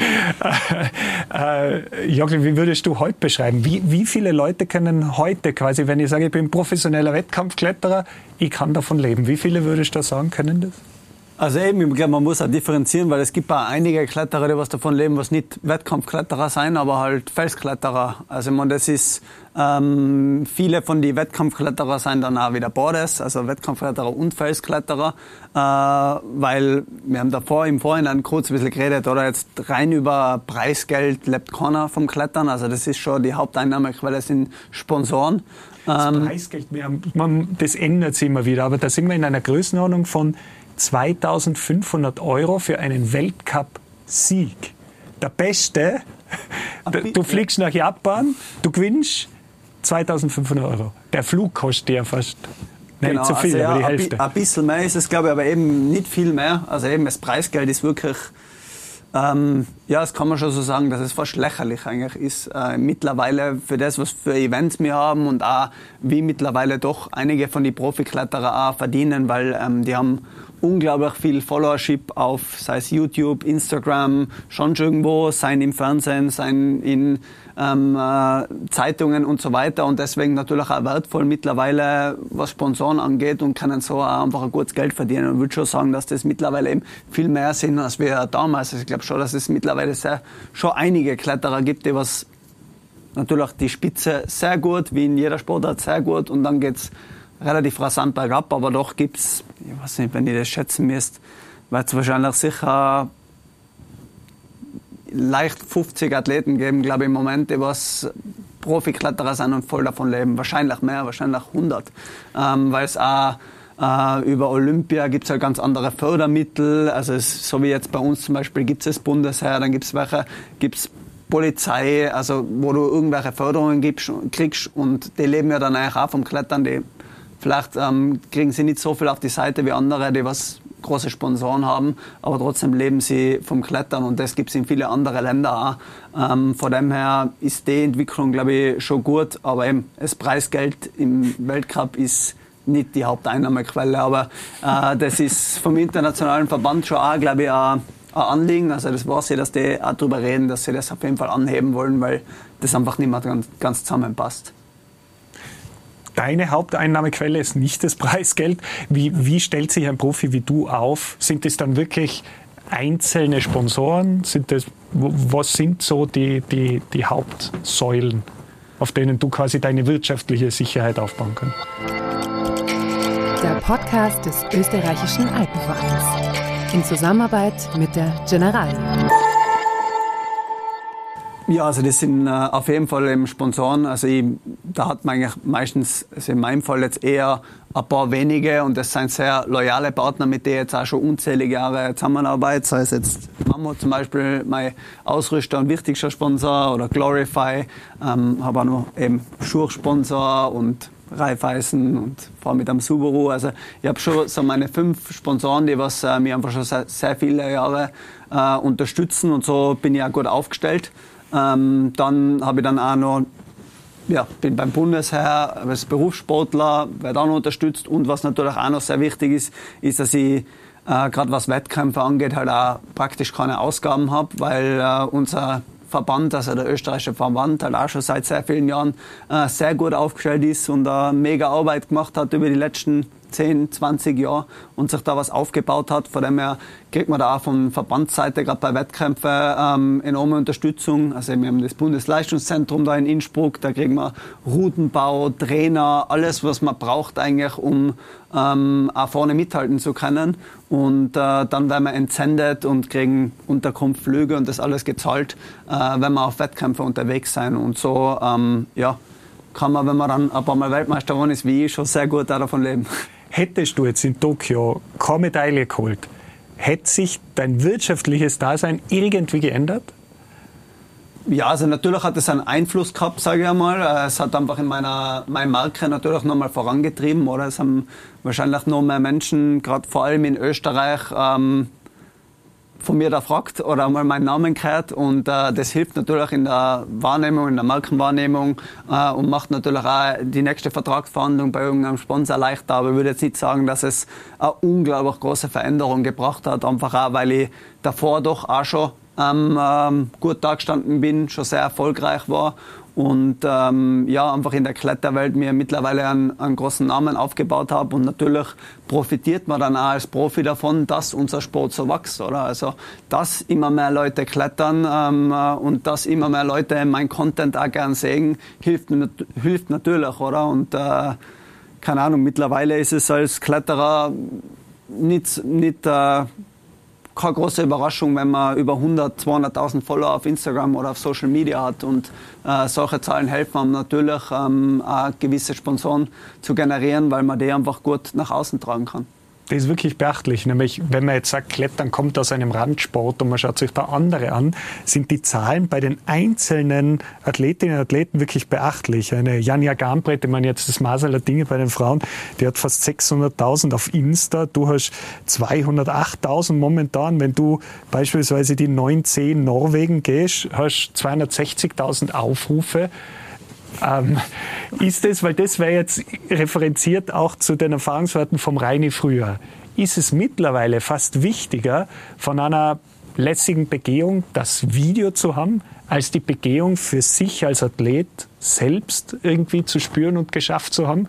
äh, äh, Jörg, wie würdest du heute beschreiben? Wie, wie viele Leute können heute quasi, wenn ich sage, ich bin professioneller Wettkampfkletterer, ich kann davon leben. Wie viele würdest du da sagen, können das? Also eben, ich glaube, man muss auch differenzieren, weil es gibt auch einige Kletterer, die was davon leben, was nicht Wettkampfkletterer sein, aber halt Felskletterer. Also ich meine, das ist, ähm, viele von den Wettkampfkletterer sind dann auch wieder Bordes, also Wettkampfkletterer und Felskletterer, äh, weil wir haben davor im Vorhinein kurz ein bisschen geredet, oder jetzt rein über Preisgeld lebt keiner vom Klettern, also das ist schon die Haupteinnahmequelle, sind Sponsoren. Das ähm, Preisgeld, wir haben, man, das ändert sich immer wieder, aber da sind wir in einer Größenordnung von zweitausendfünfhundert Euro für einen Weltcup-Sieg. Der Beste, du fliegst nach Japan, du gewinnst zweitausendfünfhundert Euro. Der Flug kostet ja fast nicht genau, so viel, also aber ja, die Hälfte. Ein bisschen mehr ist es, glaube ich, aber eben nicht viel mehr. Also eben das Preisgeld ist wirklich, ähm, ja, das kann man schon so sagen, dass es fast lächerlich eigentlich ist. Äh, mittlerweile für das, was für Events wir haben und auch wie mittlerweile doch einige von den Profikletterer auch verdienen, weil ähm, die haben unglaublich viel Followership auf, sei es YouTube, Instagram, schon irgendwo, sein im Fernsehen, sein in ähm, äh, Zeitungen und so weiter und deswegen natürlich auch wertvoll mittlerweile, was Sponsoren angeht und können so auch einfach ein gutes Geld verdienen. Und ich würde schon sagen, dass das mittlerweile eben viel mehr sind, als wir damals. Also ich glaube schon, dass es mittlerweile sehr, schon einige Kletterer gibt, die was natürlich die Spitze sehr gut, wie in jeder Sportart sehr gut und dann geht's relativ rasant bergab, aber doch gibt's, ich weiß nicht, wenn ihr das schätzen müsst, wird es wahrscheinlich sicher leicht fünfzig Athleten geben, glaube ich, im Moment, die was Profikletterer sind und voll davon leben. Wahrscheinlich mehr, wahrscheinlich hundert. Ähm, weil es auch äh, über Olympia gibt es ja ganz andere Fördermittel. Also es, so wie jetzt bei uns zum Beispiel gibt es das Bundesheer, dann gibt es welche, gibt es Polizei, also wo du irgendwelche Förderungen gibst, kriegst und die leben ja dann eigentlich auch vom Klettern, die vielleicht ähm, kriegen sie nicht so viel auf die Seite wie andere, die was große Sponsoren haben, aber trotzdem leben sie vom Klettern und das gibt es in viele andere Länder auch. Ähm, von dem her ist die Entwicklung, glaube ich, schon gut, aber eben das Preisgeld im Weltcup ist nicht die Haupteinnahmequelle, aber äh, das ist vom internationalen Verband schon auch, glaube ich, ein Anliegen. Also das weiß ich, dass die auch darüber reden, dass sie das auf jeden Fall anheben wollen, weil das einfach nicht mehr ganz, ganz zusammenpasst. Deine Haupteinnahmequelle ist nicht das Preisgeld. Wie, wie stellt sich ein Profi wie du auf? Sind es dann wirklich einzelne Sponsoren? Sind das, was sind so die, die, die Hauptsäulen, auf denen du quasi deine wirtschaftliche Sicherheit aufbauen kannst? Der Podcast des österreichischen Alpenvereins in Zusammenarbeit mit der Generali. Ja, also das sind äh, auf jeden Fall eben Sponsoren. Also ich, da hat man eigentlich meistens, also in meinem Fall jetzt eher ein paar wenige und das sind sehr loyale Partner, mit denen ich jetzt auch schon unzählige Jahre zusammenarbeite. Sei es jetzt Mammo zum Beispiel, mein Ausrüster und wichtigster Sponsor, oder Glorify, ähm, habe auch noch eben Schuhsponsor und Raiffeisen und fahre mit einem Subaru. Also ich habe schon so meine fünf Sponsoren, die was äh, mich einfach schon sehr, sehr viele Jahre äh, unterstützen und so bin ich auch gut aufgestellt. Ähm, dann habe ich dann auch noch, ja, bin beim Bundesheer als Berufssportler, werde auch noch unterstützt und was natürlich auch noch sehr wichtig ist, ist, dass ich äh, gerade was Wettkämpfe angeht, halt auch praktisch keine Ausgaben habe, weil äh, unser Verband, also der österreichische Verband, halt auch schon seit sehr vielen Jahren äh, sehr gut aufgestellt ist und äh, mega Arbeit gemacht hat über die letzten zehn, zwanzig Jahre und sich da was aufgebaut hat. Von dem her kriegt man da auch von Verbandsseite, gerade bei Wettkämpfen, ähm, enorme Unterstützung. Also wir haben das Bundesleistungszentrum da in Innsbruck, da kriegen wir Routenbau, Trainer, alles, was man braucht eigentlich, um ähm, auch vorne mithalten zu können. Und äh, dann werden wir entsendet und kriegen Unterkunft, Flüge und das alles gezahlt, äh, wenn wir auf Wettkämpfe unterwegs sein. Und so, ähm, ja, kann man, wenn man dann ein paar Mal Weltmeister geworden ist, wie ich, schon sehr gut davon leben. Hättest du jetzt in Tokio keine Medaille geholt, hätte sich dein wirtschaftliches Dasein irgendwie geändert? Ja, also natürlich hat es einen Einfluss gehabt, sage ich einmal. Es hat einfach in meiner meine Marke natürlich nochmal vorangetrieben. Oder es haben wahrscheinlich noch mehr Menschen, gerade vor allem in Österreich, ähm, von mir da fragt oder mal meinen Namen gehört und äh, das hilft natürlich in der Wahrnehmung, in der Markenwahrnehmung äh, und macht natürlich auch die nächste Vertragsverhandlung bei irgendeinem Sponsor leichter, aber ich würde jetzt nicht sagen, dass es eine unglaublich große Veränderung gebracht hat, einfach auch, weil ich davor doch auch schon ähm, ähm, gut dagestanden bin, schon sehr erfolgreich war und ähm, ja, einfach in der Kletterwelt mir mittlerweile einen, einen großen Namen aufgebaut habe und natürlich profitiert man dann auch als Profi davon, dass unser Sport so wächst, oder? Also, dass immer mehr Leute klettern ähm, und dass immer mehr Leute mein Content auch gern sehen, hilft, hilft natürlich, oder? Und äh, keine Ahnung, mittlerweile ist es als Kletterer nicht, nicht äh, keine große Überraschung, wenn man über hundert, zweihunderttausend Follower auf Instagram oder auf Social Media hat und äh, solche Zahlen helfen einem natürlich, ähm, auch gewisse Sponsoren zu generieren, weil man die einfach gut nach außen tragen kann. Das ist wirklich beachtlich. Nämlich, wenn man jetzt sagt, Klettern kommt aus einem Randsport und man schaut sich da andere an, sind die Zahlen bei den einzelnen Athletinnen und Athleten wirklich beachtlich. Eine Janja Gambrett, ich meine jetzt das Maß aller Dinge bei den Frauen, die hat fast sechshunderttausend auf Insta. Du hast zweihundertachttausend momentan. Wenn du beispielsweise die neun zehn Norwegen gehst, hast zweihundertsechzigtausend Aufrufe. Ähm, ist es, weil das wäre jetzt referenziert auch zu den Erfahrungswerten vom Reini früher, ist es mittlerweile fast wichtiger, von einer lässigen Begehung das Video zu haben, als die Begehung für sich als Athlet selbst irgendwie zu spüren und geschafft zu haben?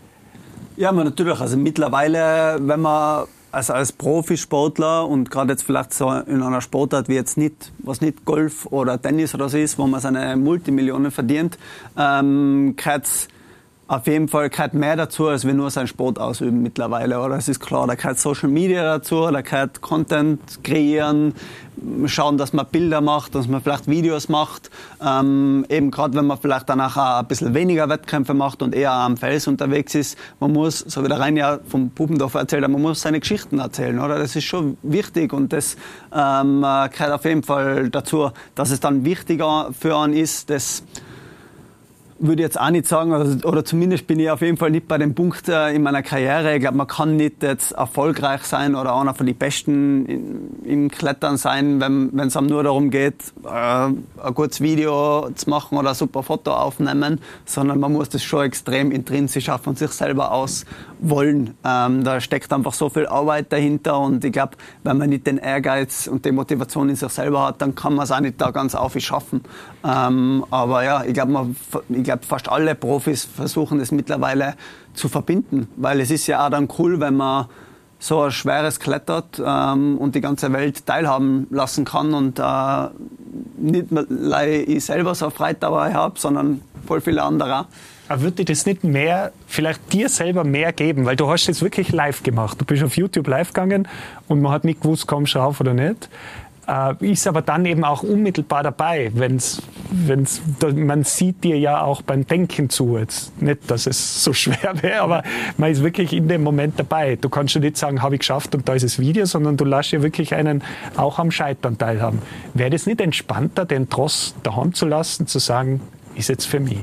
Ja, man, natürlich. Also mittlerweile, wenn man also als Profisportler und gerade jetzt vielleicht so in einer Sportart wie jetzt nicht, was nicht Golf oder Tennis oder so ist, wo man seine Multimillionen verdient, ähm, gehört's auf jeden Fall gehört mehr dazu, als wir nur seinen Sport ausüben mittlerweile, oder? Es ist klar, da gehört Social Media dazu, da gehört Content kreieren, schauen, dass man Bilder macht, dass man vielleicht Videos macht, ähm, eben gerade wenn man vielleicht danach auch ein bisschen weniger Wettkämpfe macht und eher am Fels unterwegs ist, man muss, so wie der Reini ja vom Pupendorf erzählt hat, man muss seine Geschichten erzählen, oder? Das ist schon wichtig und das ähm, gehört auf jeden Fall dazu, dass es dann wichtiger für einen ist, das würde ich jetzt auch nicht sagen, oder, oder zumindest bin ich auf jeden Fall nicht bei dem Punkt äh, in meiner Karriere. Ich glaube, man kann nicht jetzt erfolgreich sein oder einer von den Besten in, im Klettern sein, wenn es einem nur darum geht, äh, ein gutes Video zu machen oder ein super Foto aufnehmen, sondern man muss das schon extrem intrinsisch auch von sich selber aus wollen. Ähm, da steckt einfach so viel Arbeit dahinter und ich glaube, wenn man nicht den Ehrgeiz und die Motivation in sich selber hat, dann kann man es auch nicht da ganz auf schaffen. Ähm, aber ja, ich glaube, man ich glaube, fast alle Profis versuchen das mittlerweile zu verbinden, weil es ist ja auch dann cool, wenn man so ein schweres klettert ähm, und die ganze Welt teilhaben lassen kann und äh, nicht nur ich selber so Freude dabei habe, sondern voll viele andere auch. Aber würde das nicht mehr, vielleicht dir selber mehr geben? Weil du hast das wirklich live gemacht. Du bist auf YouTube live gegangen und man hat nicht gewusst, kommst du rauf oder nicht. Äh, ist aber dann eben auch unmittelbar dabei, wenn's, wenn's, man sieht dir ja auch beim Denken zu. Jetzt nicht, dass es so schwer wäre, aber man ist wirklich in dem Moment dabei. Du kannst ja nicht sagen, habe ich geschafft und da ist das Video, sondern du lässt ja wirklich einen auch am Scheitern teilhaben. Wäre das nicht entspannter, den Tross daheim zu lassen, zu sagen, ist jetzt für mich?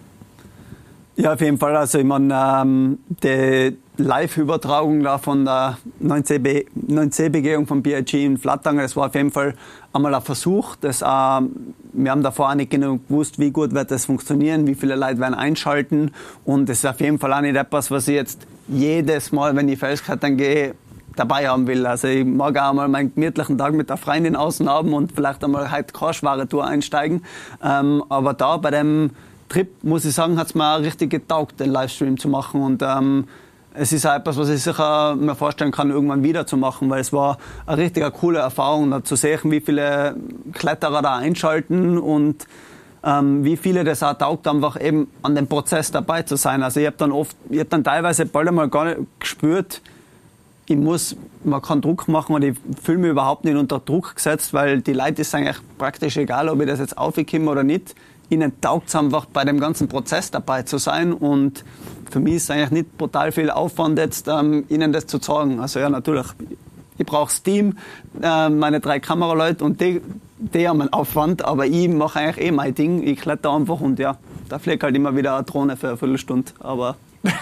Ja, auf jeden Fall. Also ich meine, ähm, die Live-Übertragung da von der neun C-Begehung von B I G in Flatanger, das war auf jeden Fall einmal ein Versuch. Das, äh, wir haben davor auch nicht genau gewusst, wie gut wird das funktionieren, wie viele Leute werden einschalten. Und das ist auf jeden Fall auch nicht etwas, was ich jetzt jedes Mal, wenn ich Felsklettern gehe, dabei haben will. Also ich mag auch mal meinen gemütlichen Tag mit der Freundin außen haben und vielleicht einmal heute keine schwere Tour einsteigen. Ähm, aber da bei dem Trip, muss ich sagen, hat es mir auch richtig getaugt, den Livestream zu machen. Und ähm, es ist auch etwas, was ich sicher mir vorstellen kann, irgendwann wieder zu machen, weil es war eine richtig coole Erfahrung, da zu sehen, wie viele Kletterer da einschalten und ähm, wie viele das auch taugt, einfach eben an dem Prozess dabei zu sein. Also ich habe dann oft, ich habe dann teilweise bald einmal gar nicht gespürt, ich muss, man kann Druck machen und ich fühle mich überhaupt nicht unter Druck gesetzt, weil die Leute ist eigentlich praktisch egal, ob ich das jetzt aufkomme oder nicht. Ihnen taugt es einfach, bei dem ganzen Prozess dabei zu sein und für mich ist es eigentlich nicht brutal viel Aufwand jetzt, ähm, Ihnen das zu zeigen. Also ja, natürlich, ich brauche das Team, äh, meine drei Kameraleute und die, die haben einen Aufwand, aber ich mache eigentlich eh mein Ding, ich kletter einfach und ja, da fliegt halt immer wieder eine Drohne für eine Viertelstunde, aber...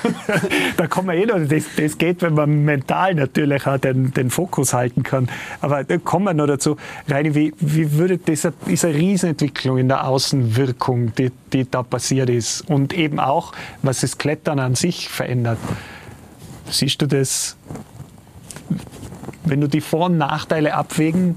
Da kann man eh noch, das, das geht, wenn man mental natürlich auch den, den Fokus halten kann. Aber da kommen wir noch dazu. Reini, wie, wie würde diese, diese Riesenentwicklung in der Außenwirkung, die, die da passiert ist und eben auch, was das Klettern an sich verändert, siehst du das, wenn du die Vor- und Nachteile abwägen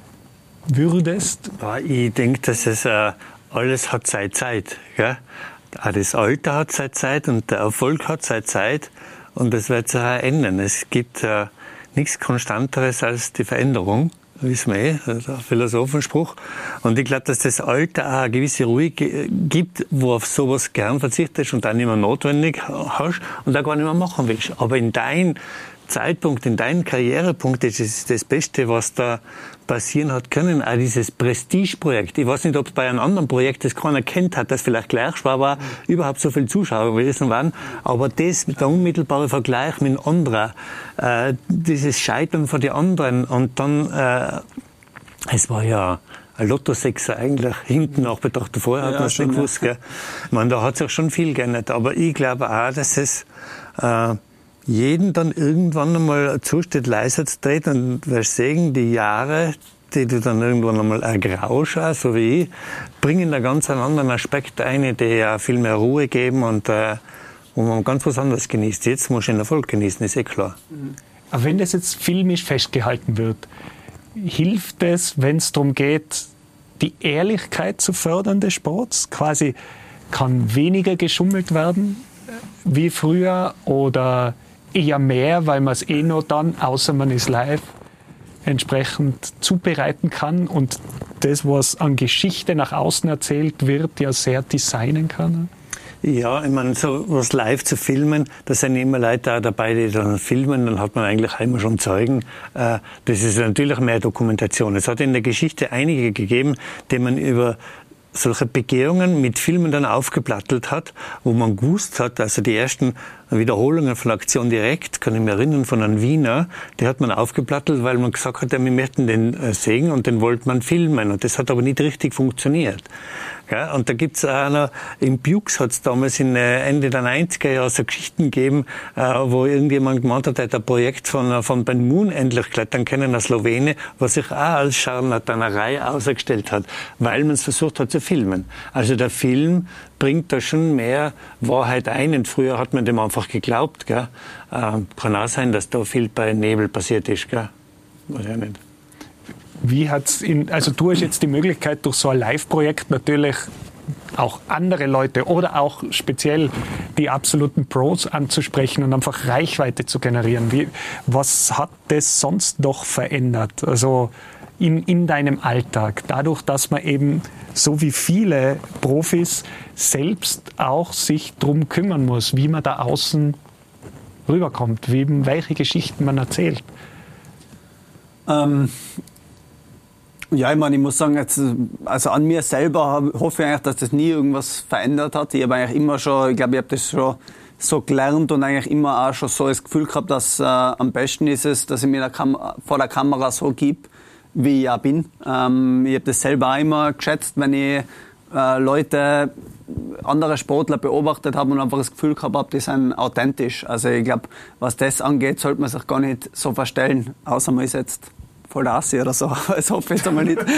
würdest? Ja, ich denke, dass es äh, alles hat seine Zeit. Gell? Auch das Alter hat seine Zeit und der Erfolg hat seine Zeit und das wird sich auch ändern. Es gibt äh, nichts Konstanteres als die Veränderung, wissen wir eh, das ist ein Philosophenspruch. Und ich glaube, dass das Alter auch eine gewisse Ruhe gibt, wo auf sowas gern verzichtest und dann nicht mehr notwendig hast und auch gar nicht mehr machen willst. Aber in deinem Zeitpunkt, in deinem Karrierepunkt ist es das Beste, was da passieren hat können, auch dieses Prestigeprojekt. Ich weiß nicht, ob es bei einem anderen Projekt, das keiner kennt hat, das vielleicht gleich schwer war, mhm. überhaupt so viele Zuschauer gewesen waren, aber das, der unmittelbare Vergleich mit anderen, äh, dieses Scheitern von den anderen und dann, äh, es war ja ein Lottosechser eigentlich, hinten auch betrachtet, vorher hat ja, man es nicht gewusst, gell. Ich meine, da hat sich schon viel geändert, aber ich glaube auch, dass es, äh, jeden dann irgendwann einmal zusteht, leiser zu treten und wirst sehen, die Jahre, die du dann irgendwann einmal ergrauschst, so wie ich, bringen da ganz einen anderen Aspekt ein, die ja viel mehr Ruhe geben und äh, wo man ganz was anderes genießt. Jetzt musst du den Erfolg genießen, ist eh klar. Aber wenn das jetzt filmisch festgehalten wird, hilft es, wenn es darum geht, die Ehrlichkeit zu fördern des Sports? Quasi kann weniger geschummelt werden wie früher oder eher mehr, weil man es eh noch dann, außer man ist live, entsprechend zubereiten kann und das, was an Geschichte nach außen erzählt wird, ja sehr designen kann? Ja, ich meine, so was live zu filmen, da sind immer Leute auch dabei, die dann filmen, dann hat man eigentlich immer schon Zeugen. Das ist natürlich mehr Dokumentation. Es hat in der Geschichte einige gegeben, die man über solche Begehungen mit Filmen dann aufgeplattelt hat, wo man gewusst hat, also die ersten Wiederholungen von Aktion Direkt, kann ich mich erinnern, von einem Wiener, die hat man aufgeplattelt, weil man gesagt hat, ja, wir möchten den sehen und den wollte man filmen und das hat aber nicht richtig funktioniert. Gell? Und da gibt's auch noch, in Bux hat's damals in Ende der neunziger Jahre so Geschichten gegeben, wo irgendjemand gemeint hat, er hat ein Projekt von, von Ben Moon endlich klettern können, ein Slowene, was sich auch als Scharlatanerei ausgestellt hat, weil man es versucht hat zu filmen. Also der Film bringt da schon mehr Wahrheit ein. Und früher hat man dem einfach geglaubt. Gell? Äh, kann auch sein, dass da viel bei Nebel passiert ist. Gell? Weiß ich nicht. Wie hat's in, also du hast jetzt die Möglichkeit, durch so ein Live-Projekt natürlich auch andere Leute oder auch speziell die absoluten Pros anzusprechen und einfach Reichweite zu generieren. Wie, was hat das sonst noch verändert? Also in, in deinem Alltag, dadurch, dass man eben so wie viele Profis selbst auch sich drum kümmern muss, wie man da außen rüberkommt, wie, welche Geschichten man erzählt. Ähm Ja, ich meine, ich muss sagen, jetzt, also an mir selber hoffe ich eigentlich, dass das nie irgendwas verändert hat. Ich habe eigentlich immer schon, ich glaube, ich habe das schon so gelernt und eigentlich immer auch schon so das Gefühl gehabt, dass äh, am besten ist es, dass ich mir der Kam- vor der Kamera so gebe, wie ich auch bin. Ähm, ich habe das selber auch immer geschätzt, wenn ich äh, Leute, andere Sportler beobachtet habe und einfach das Gefühl gehabt habe, die sind authentisch. Also ich glaube, was das angeht, sollte man sich gar nicht so verstellen, außer man ist jetzt voll der Assi oder so, das hoffe ich jetzt einmal nicht.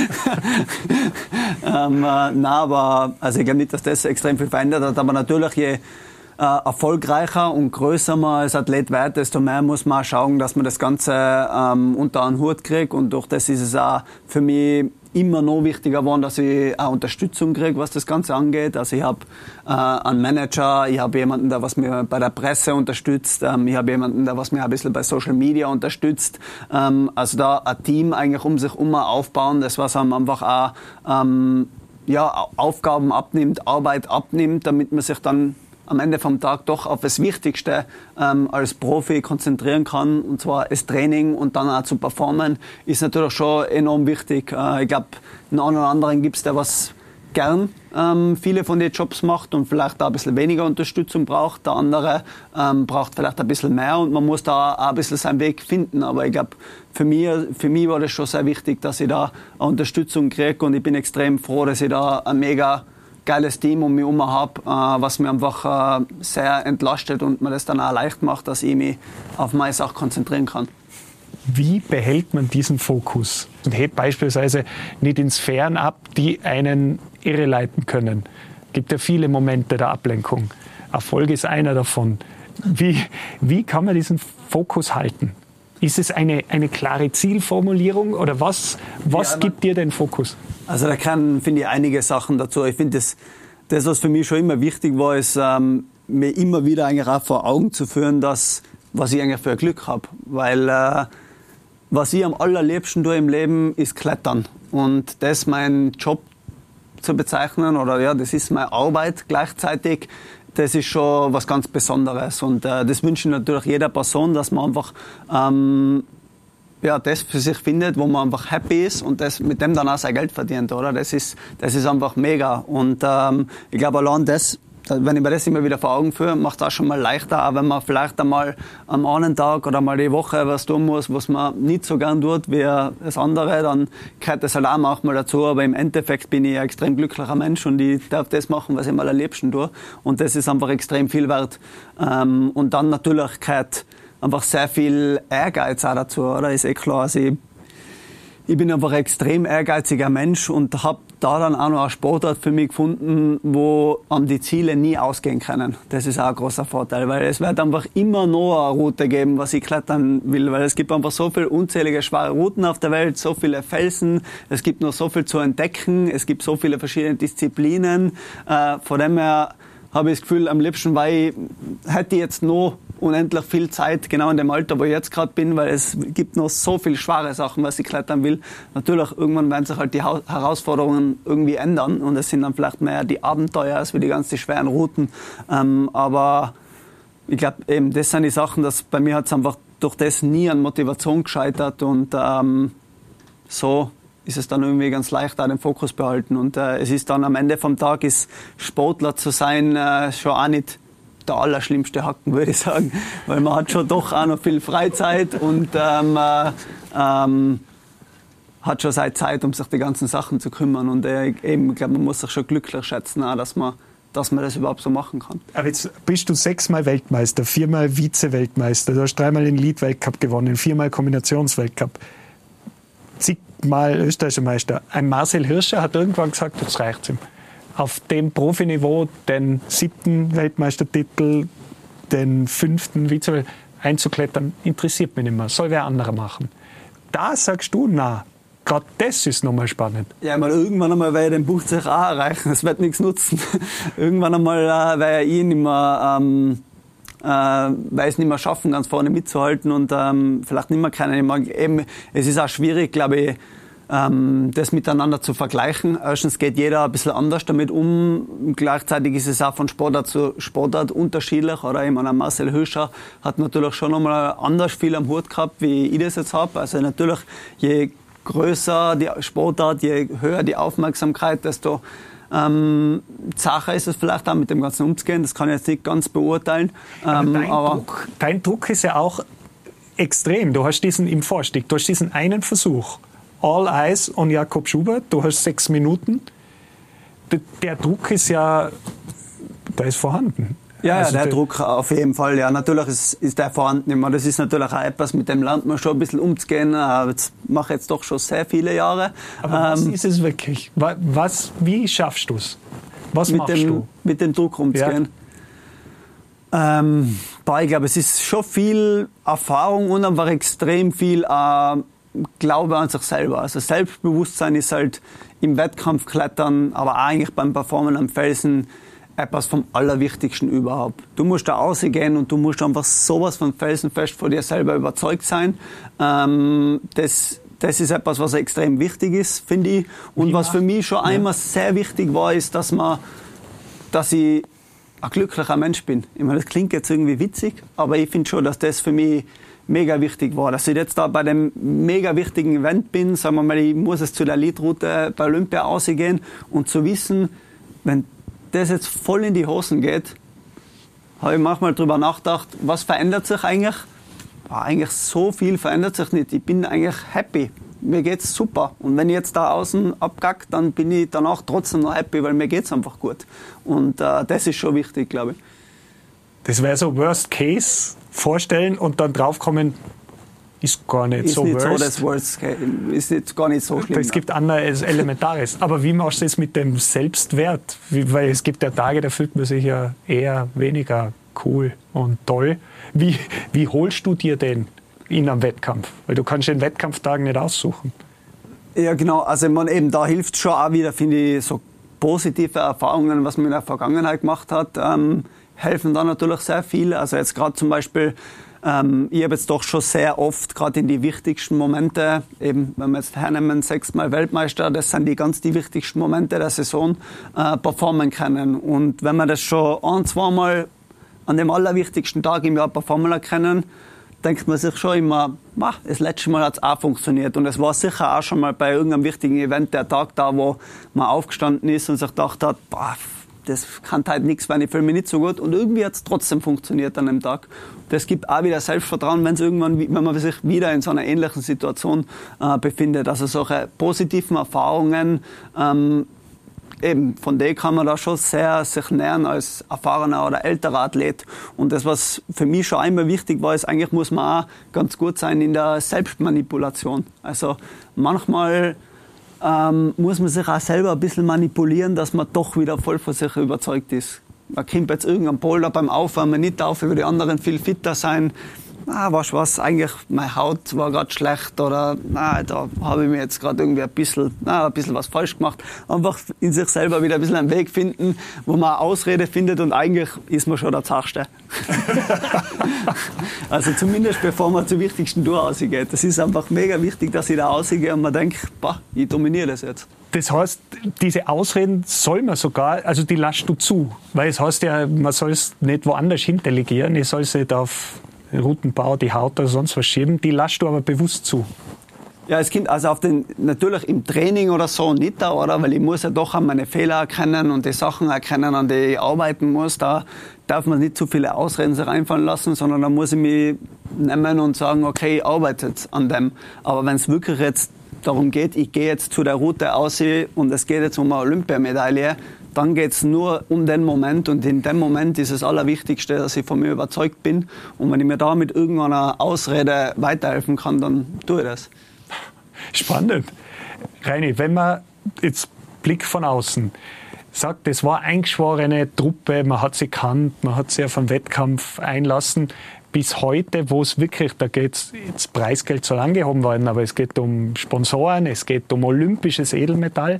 ähm, äh, nein, aber also ich glaube nicht, dass das extrem viel verändert hat, aber natürlich je äh, erfolgreicher und größer man als Athlet wird, desto mehr muss man auch schauen, dass man das Ganze ähm, unter einen Hut kriegt und durch das ist es auch für mich immer noch wichtiger geworden, dass ich auch Unterstützung kriege, was das Ganze angeht. Also ich habe äh, einen Manager, ich habe jemanden, der was mir bei der Presse unterstützt, ähm, ich habe jemanden, der was mir ein bisschen bei Social Media unterstützt. Ähm, also da ein Team eigentlich um sich herum aufbauen, das was einem einfach auch ähm, ja, Aufgaben abnimmt, Arbeit abnimmt, damit man sich dann am Ende vom Tag doch auf das Wichtigste ähm, als Profi konzentrieren kann, und zwar das Training und dann auch zu performen, ist natürlich schon enorm wichtig. Äh, ich glaube, einen oder anderen gibt es, der was gern ähm, viele von den Jobs macht und vielleicht auch ein bisschen weniger Unterstützung braucht. Der andere ähm, braucht vielleicht ein bisschen mehr und man muss da auch ein bisschen seinen Weg finden. Aber ich glaube, für mich, für mich war das schon sehr wichtig, dass ich da eine Unterstützung kriege und ich bin extrem froh, dass ich da ein mega geiles Team um mich herum habe, äh, was mir einfach äh, sehr entlastet und mir das dann auch leicht macht, dass ich mich auf meine Sache konzentrieren kann. Wie behält man diesen Fokus und hebt beispielsweise nicht in Sphären ab, die einen irreleiten können? Es gibt ja viele Momente der Ablenkung. Erfolg ist einer davon. Wie, wie kann man diesen Fokus halten? Ist es eine, eine klare Zielformulierung oder was, was ja, gibt dir den Fokus? Also da kann, finde ich, einige Sachen dazu. Ich finde, das, das, was für mich schon immer wichtig war, ist, ähm, mir immer wieder eigentlich auch vor Augen zu führen, dass, was ich eigentlich für ein Glück habe. Weil äh, was ich am allerliebsten tue im Leben, ist Klettern. Und das mein Job zu bezeichnen, oder ja, das ist meine Arbeit gleichzeitig, das ist schon was ganz Besonderes. Und äh, das wünsche ich natürlich jeder Person, dass man einfach ähm, ja, das für sich findet, wo man einfach happy ist und das, mit dem dann auch sein Geld verdient, oder? Das ist, das ist einfach mega. Und ähm, ich glaube, allein das, wenn ich mir das immer wieder vor Augen führe, macht es auch schon mal leichter, auch wenn man vielleicht einmal am einen Tag oder mal die Woche was tun muss, was man nicht so gern tut wie das andere, dann gehört das halt auch manchmal dazu. Aber im Endeffekt bin ich ein extrem glücklicher Mensch und ich darf das machen, was ich am allerliebsten tue. Und das ist einfach extrem viel wert. Ähm, und dann natürlich gehört einfach sehr viel Ehrgeiz auch dazu, oder? Ist eh klar. Also ich, ich bin einfach ein extrem ehrgeiziger Mensch und habe da dann auch noch eine Sportart für mich gefunden, wo um die Ziele nie ausgehen können. Das ist auch ein großer Vorteil, weil es wird einfach immer noch eine Route geben, was ich klettern will, weil es gibt einfach so viele unzählige schwere Routen auf der Welt, so viele Felsen, es gibt noch so viel zu entdecken, es gibt so viele verschiedene Disziplinen. Äh, von dem her habe ich das Gefühl, am liebsten, weil ich hätte jetzt noch unendlich viel Zeit, genau in dem Alter, wo ich jetzt gerade bin, weil es gibt noch so viele schwere Sachen, was ich klettern will. Natürlich, irgendwann werden sich halt die ha- Herausforderungen irgendwie ändern und es sind dann vielleicht mehr die Abenteuer als wie die ganz die schweren Routen. Ähm, aber ich glaube, eben, das sind die Sachen, dass bei mir hat es einfach durch das nie an Motivation gescheitert und ähm, so ist es dann irgendwie ganz leicht, auch den Fokus behalten. Und äh, es ist dann am Ende vom Tag, ist Sportler zu sein, äh, schon auch nicht der allerschlimmste Hacken, würde ich sagen, weil man hat schon doch auch noch viel Freizeit und ähm, äh, ähm, hat schon seine Zeit, um sich die ganzen Sachen zu kümmern. Und äh, eben, ich glaube, man muss sich schon glücklich schätzen, auch, dass man dass man das überhaupt so machen kann. Aber jetzt bist du sechsmal Weltmeister, viermal Vize-Weltmeister, du hast dreimal den Lead-Weltcup gewonnen, viermal Kombinationsweltcup, zigmal österreichischer Meister. Ein Marcel Hirscher hat irgendwann gesagt, jetzt reicht's ihm. Auf dem Profiniveau den siebten Weltmeistertitel, den fünften Vize einzuklettern, interessiert mich nicht mehr. Soll wer anderer machen. Da sagst du, na, gerade das ist nochmal spannend. Ja, mal irgendwann einmal werde ich den Buchzeit auch erreichen. Das wird nichts nutzen. Irgendwann einmal äh, werde ich nicht mehr, ähm, äh, werde es nicht mehr schaffen, ganz vorne mitzuhalten und ähm, vielleicht nicht mehr kennen. Eben, es ist auch schwierig, glaube ich, ähm, das miteinander zu vergleichen. Erstens geht jeder ein bisschen anders damit um. Gleichzeitig ist es auch von Sportart zu Sportart unterschiedlich. Oder ich meine, Marcel Hirscher hat natürlich schon nochmal anders viel am Hut gehabt, wie ich das jetzt habe. Also natürlich, je größer die Sportart, je höher die Aufmerksamkeit, desto ähm, Sache ist es vielleicht auch mit dem Ganzen umzugehen. Das kann ich jetzt nicht ganz beurteilen. Aber, ähm, dein, aber Druck, dein Druck ist ja auch extrem. Du hast diesen im Vorstieg, du hast diesen einen Versuch. All eyes on Jakob Schubert, du hast sechs Minuten. Der, der Druck ist ja, der ist vorhanden. Ja, also ja, der der Druck auf jeden Fall. Ja, natürlich ist, ist der vorhanden immer. Das ist natürlich auch etwas, mit dem lernt man schon ein bisschen umzugehen. Jetzt mache ich jetzt doch schon sehr viele Jahre. Aber was ähm, ist es wirklich? Was, wie schaffst du es? Was mit machst dem, du? Mit dem Druck umzugehen. Ja. Ähm, boah, ich glaube, es ist schon viel Erfahrung und einfach extrem viel äh, Glaube an sich selber. Also Selbstbewusstsein ist halt im Wettkampf klettern, aber auch eigentlich beim Performen am Felsen etwas vom Allerwichtigsten überhaupt. Du musst da rausgehen und du musst einfach sowas von felsenfest von dir selber überzeugt sein. Ähm, das, das ist etwas, was extrem wichtig ist, finde ich. Und Wie was für mich schon ja. einmal sehr wichtig war, ist, dass, man, dass ich ein glücklicher Mensch bin. Ich meine, das klingt jetzt irgendwie witzig, aber ich finde schon, dass das für mich mega wichtig war. Dass ich jetzt da bei dem mega wichtigen Event bin, sagen wir mal, ich muss es zu der Leadroute bei Olympia rausgehen und zu wissen, wenn das jetzt voll in die Hosen geht, habe ich manchmal drüber nachgedacht, was verändert sich eigentlich? Boah, eigentlich so viel verändert sich nicht. Ich bin eigentlich happy. Mir geht's super. Und wenn ich jetzt da außen abkacke, dann bin ich danach trotzdem noch happy, weil mir geht's einfach gut. Und äh, das ist schon wichtig, glaube ich. Das wäre so Worst Case vorstellen und dann draufkommen, ist gar nicht ist so nicht worst. so das Worst Case. Ist nicht, gar nicht so schlimm. Es gibt anderes Elementares. Aber wie machst du es mit dem Selbstwert? Wie, weil es gibt ja Tage, da fühlt man sich ja eher weniger cool und toll. Wie, wie holst du dir den in einem Wettkampf? Weil du kannst den Wettkampftag nicht aussuchen. Ja, genau. Also man eben, da hilft schon auch wieder, finde ich, so positive Erfahrungen, was man in der Vergangenheit gemacht hat, ähm, helfen da natürlich sehr viel. Also jetzt gerade zum Beispiel, ähm, ich habe jetzt doch schon sehr oft, gerade in die wichtigsten Momente, eben wenn wir jetzt hernehmen, sechsmal Weltmeister, das sind die ganz die wichtigsten Momente der Saison, äh, performen können. Und wenn wir das schon ein, zweimal an dem allerwichtigsten Tag im Jahr performen können, denkt man sich schon immer, das letzte Mal hat es auch funktioniert. Und es war sicher auch schon mal bei irgendeinem wichtigen Event der Tag da, wo man aufgestanden ist und sich gedacht hat, boah, das kann halt nichts, weil ich fühle mich nicht so gut. Und irgendwie hat es trotzdem funktioniert an dem Tag. Das gibt auch wieder Selbstvertrauen, wenn es irgendwann, wenn man sich wieder in so einer ähnlichen Situation äh, befindet. Also solche positiven Erfahrungen, ähm, eben, von denen kann man da schon sehr sich nähern als erfahrener oder älterer Athlet. Und das, was für mich schon einmal wichtig war, ist, eigentlich muss man auch ganz gut sein in der Selbstmanipulation. Also manchmal ähm, muss man sich auch selber ein bisschen manipulieren, dass man doch wieder voll von sich überzeugt ist. Man kommt jetzt irgendein Boulder beim Aufwärmen nicht auf, über die anderen viel fitter sein. Ah, weißt du was, eigentlich meine Haut war gerade schlecht oder na, da habe ich mir jetzt gerade irgendwie ein bisschen, na, ein bisschen was falsch gemacht. Einfach in sich selber wieder ein bisschen einen Weg finden, wo man eine Ausrede findet und eigentlich ist man schon der Zachste. Also zumindest bevor man zur wichtigsten Tour rausgeht. Das ist einfach mega wichtig, dass ich da rausgehe und man denkt, bah, ich dominiere das jetzt. Das heißt, diese Ausreden soll man sogar, also die lässt du zu. Weil es heißt ja, man soll es nicht woanders hin delegieren, ich soll es nicht auf Routenbau, die Haut oder sonst was schieben, die lässt du aber bewusst zu. Ja, es kommt also auf den, natürlich im Training oder so nicht da, oder? Weil ich muss ja doch auch meine Fehler erkennen und die Sachen erkennen, an denen ich arbeiten muss. Da darf man nicht zu viele Ausreden sich einfallen lassen, sondern da muss ich mich nehmen und sagen, okay, ich arbeite jetzt an dem. Aber wenn es wirklich jetzt darum geht, ich gehe jetzt zu der Route aus und es geht jetzt um eine Olympiamedaille, dann geht es nur um den Moment und in dem Moment ist das Allerwichtigste, dass ich von mir überzeugt bin und wenn ich mir da mit irgendeiner Ausrede weiterhelfen kann, dann tue ich das. Spannend. Reini, wenn man jetzt Blick von außen sagt, das war eingeschworene Truppe, man hat sie kannt, man hat sie auf einen Wettkampf einlassen, bis heute, wo es wirklich, da geht das Preisgeld soll angehoben werden, aber es geht um Sponsoren, es geht um olympisches Edelmetall.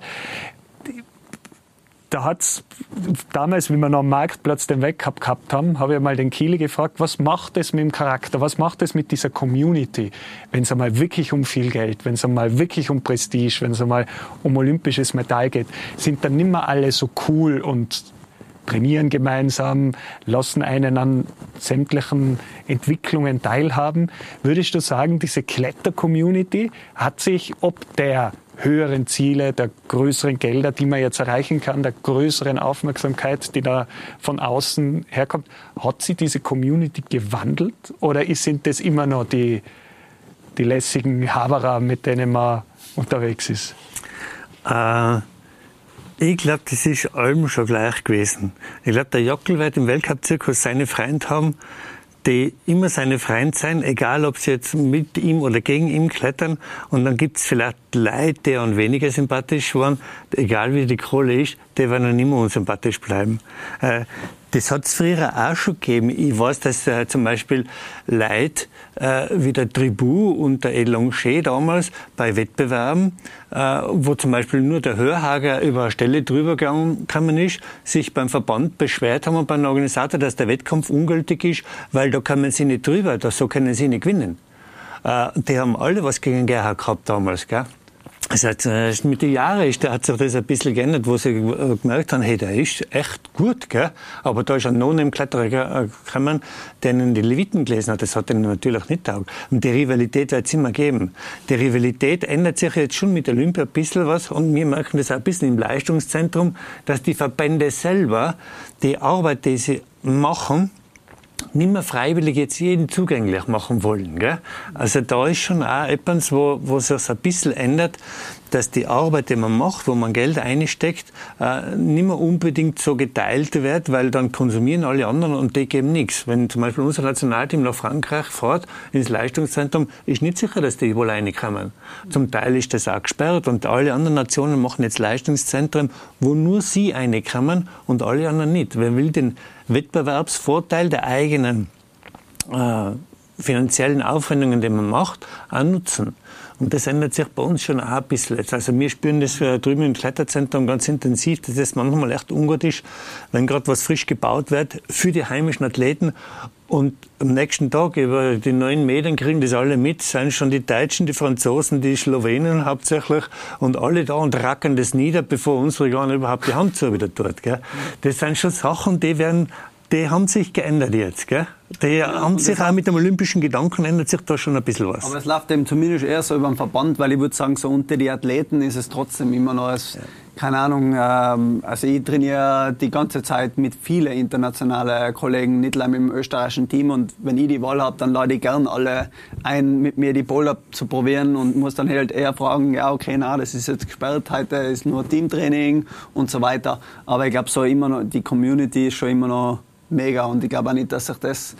Da hat's damals, wie wir noch am Marktplatz den Weltcup gehabt haben, habe ich mal den Kili gefragt, was macht es mit dem Charakter, was macht es mit dieser Community, wenn es einmal wirklich um viel Geld, wenn es einmal wirklich um Prestige, wenn es einmal um olympisches Metall geht, sind dann nicht mehr alle so cool und trainieren gemeinsam, lassen einen an sämtlichen Entwicklungen teilhaben. Würdest du sagen, diese Kletter-Community hat sich ob der höheren Ziele, der größeren Gelder, die man jetzt erreichen kann, der größeren Aufmerksamkeit, die da von außen herkommt, hat sich diese Community gewandelt oder sind das immer noch die, die lässigen Haberer, mit denen man unterwegs ist? Äh, ich glaube, das ist allem schon gleich gewesen. Ich glaube, der Jockel wird im Weltcup-Zirkus seine Freunde haben, die immer seine Freunde sein, egal ob sie jetzt mit ihm oder gegen ihn klettern. Und dann gibt es vielleicht Leute, die an weniger sympathisch waren, egal wie die Kohle ist, die werden dann immer unsympathisch bleiben. Äh, das hat es früher auch schon gegeben. Ich weiß, dass äh, zum Beispiel Leute äh, wie der Tribu und der Elanché damals bei Wettbewerben, äh, wo zum Beispiel nur der Hörhager über eine Stelle drüber gekommen ist, sich beim Verband beschwert haben und beim Organisator, dass der Wettkampf ungültig ist, weil da kommen sie nicht drüber, da so können sie nicht gewinnen. Äh, die haben alle was gegen Gerhard gehabt damals, gell? Also mit den Jahren ist, hat sich das ein bisschen geändert, wo sie gemerkt haben, hey, der ist echt gut, gell? Aber da ist ein No-Name-Kletterer gekommen, der ihnen die Leviten gelesen hat. Das hat ihnen natürlich nicht taugt. Und die Rivalität wird es immer geben. Die Rivalität ändert sich jetzt schon mit Olympia ein bisschen was und wir merken das auch ein bisschen im Leistungszentrum, dass die Verbände selber die Arbeit, die sie machen, nicht mehr freiwillig jetzt jeden zugänglich machen wollen. Gell? Also da ist schon auch etwas, wo, wo sich ein bisschen ändert, dass die Arbeit, die man macht, wo man Geld einsteckt, äh, nicht mehr unbedingt so geteilt wird, weil dann konsumieren alle anderen und die geben nichts. Wenn zum Beispiel unser Nationalteam nach Frankreich fährt, ins Leistungszentrum, ist nicht sicher, dass die wohl reinkommen. Zum Teil ist das auch gesperrt und alle anderen Nationen machen jetzt Leistungszentren, wo nur sie reinkommen und alle anderen nicht. Wer will den Wettbewerbsvorteil der eigenen äh, finanziellen Aufwendungen, die man macht, auch nutzen? Und das ändert sich bei uns schon auch ein bisschen jetzt. Also wir spüren das drüben im Kletterzentrum ganz intensiv, dass das manchmal echt ungut ist, wenn gerade was frisch gebaut wird für die heimischen Athleten und am nächsten Tag über die neun Metern kriegen das alle mit, sind schon die Deutschen, die Franzosen, die Slowenen hauptsächlich und alle da und rackern das nieder, bevor unsere gar nicht überhaupt die Hand so wieder tut. Gell? Das sind schon Sachen, die werden Die haben sich geändert jetzt, gell? Die ja, haben sich auch mit dem olympischen Gedanken ändert sich da schon ein bisschen was. Aber es läuft eben zumindest eher so über den Verband, weil ich würde sagen, so unter die Athleten ist es trotzdem immer noch, als, ja. keine Ahnung, ähm, also ich trainiere die ganze Zeit mit vielen internationalen Kollegen, nicht nur mit dem österreichischen Team und wenn ich die Wahl habe, dann lade ich gern alle ein, mit mir die Boulder zu probieren und muss dann halt eher fragen, ja okay, na, das ist jetzt gesperrt, heute ist nur Teamtraining und so weiter. Aber ich glaube, so immer noch, die Community ist schon immer noch mega und ich glaube auch nicht, dass sich das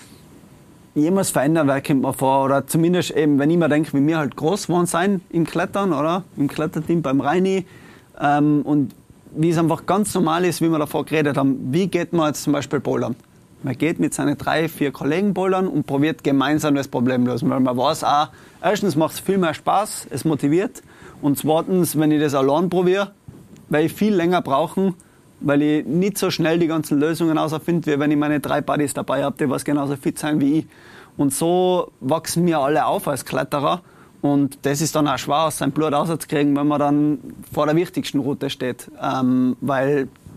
jemals verändern wird, kommt mir vor. Oder zumindest eben, wenn ich mir denke, wie wir halt groß geworden sind im Klettern, oder? Im Kletterteam beim Reini. Ähm, und wie es einfach ganz normal ist, wie wir davor geredet haben, wie geht man jetzt zum Beispiel bouldern? Man geht mit seinen drei, vier Kollegen bouldern und probiert gemeinsam das Problem lösen. Weil man weiß auch, erstens macht es viel mehr Spaß, es motiviert. Und zweitens, wenn ich das allein probiere, werde ich viel länger brauchen, weil ich nicht so schnell die ganzen Lösungen herausfinde, wie wenn ich meine drei Buddies dabei habe, die was genauso fit sein wie ich. Und so wachsen wir alle auf als Kletterer. Und das ist dann auch schwer, aus seinem Blut rauszukriegen, wenn man dann vor der wichtigsten Route steht. Ähm, weil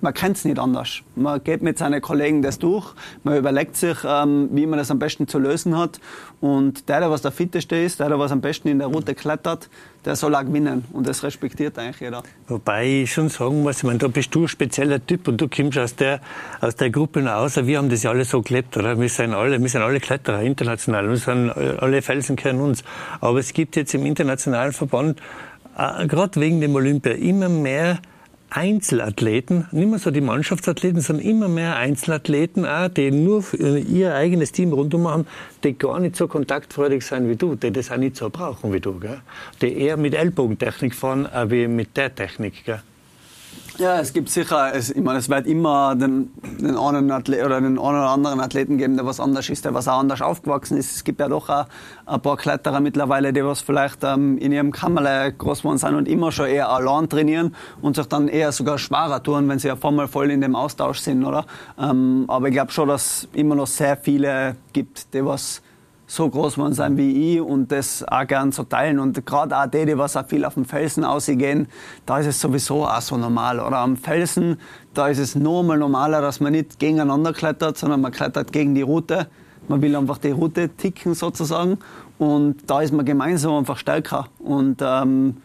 man kennt es nicht anders. Man geht mit seinen Kollegen das durch, man überlegt sich, ähm, wie man das am besten zu lösen hat. Und der, der was der Fitteste ist, der, der was am besten in der Route klettert, der soll auch gewinnen. Und das respektiert eigentlich jeder. Wobei ich schon sagen muss, ich meine, da bist du ein spezieller Typ und du kommst aus der, aus der Gruppe raus. Wir haben das ja alle so gelebt, oder? Wir sind alle, wir sind alle Kletterer international. Wir sind alle Felsen gehören uns. Aber es gibt jetzt im internationalen Verband, äh, gerade wegen dem Olympia, immer mehr Einzelathleten, nicht mehr so die Mannschaftsathleten, sondern immer mehr Einzelathleten auch, die nur ihr eigenes Team rundum haben, die gar nicht so kontaktfreudig sein wie du, die das auch nicht so brauchen wie du, gell? Die eher mit Ellbogentechnik fahren, auch wie mit der Technik, gell? Ja, es gibt sicher, es, ich meine, es wird immer den, den, einen Athlet, oder den einen oder anderen Athleten geben, der was anders ist, der was auch anders aufgewachsen ist. Es gibt ja doch auch ein paar Kletterer mittlerweile, die was vielleicht ähm, in ihrem Kammerle groß geworden sind und immer schon eher allein trainieren und sich dann eher sogar schwerer tun, wenn sie auf einmal voll in dem Austausch sind, oder? Ähm, aber ich glaube schon, dass es immer noch sehr viele gibt, die was so groß geworden sind wie ich und das auch gern so teilen. Und gerade auch die, die was auch viel auf dem Felsen ausgehen, da ist es sowieso auch so normal. Oder am Felsen, da ist es noch mal normaler, dass man nicht gegeneinander klettert, sondern man klettert gegen die Route. Man will einfach die Route ticken sozusagen und da ist man gemeinsam einfach stärker. Und ähm,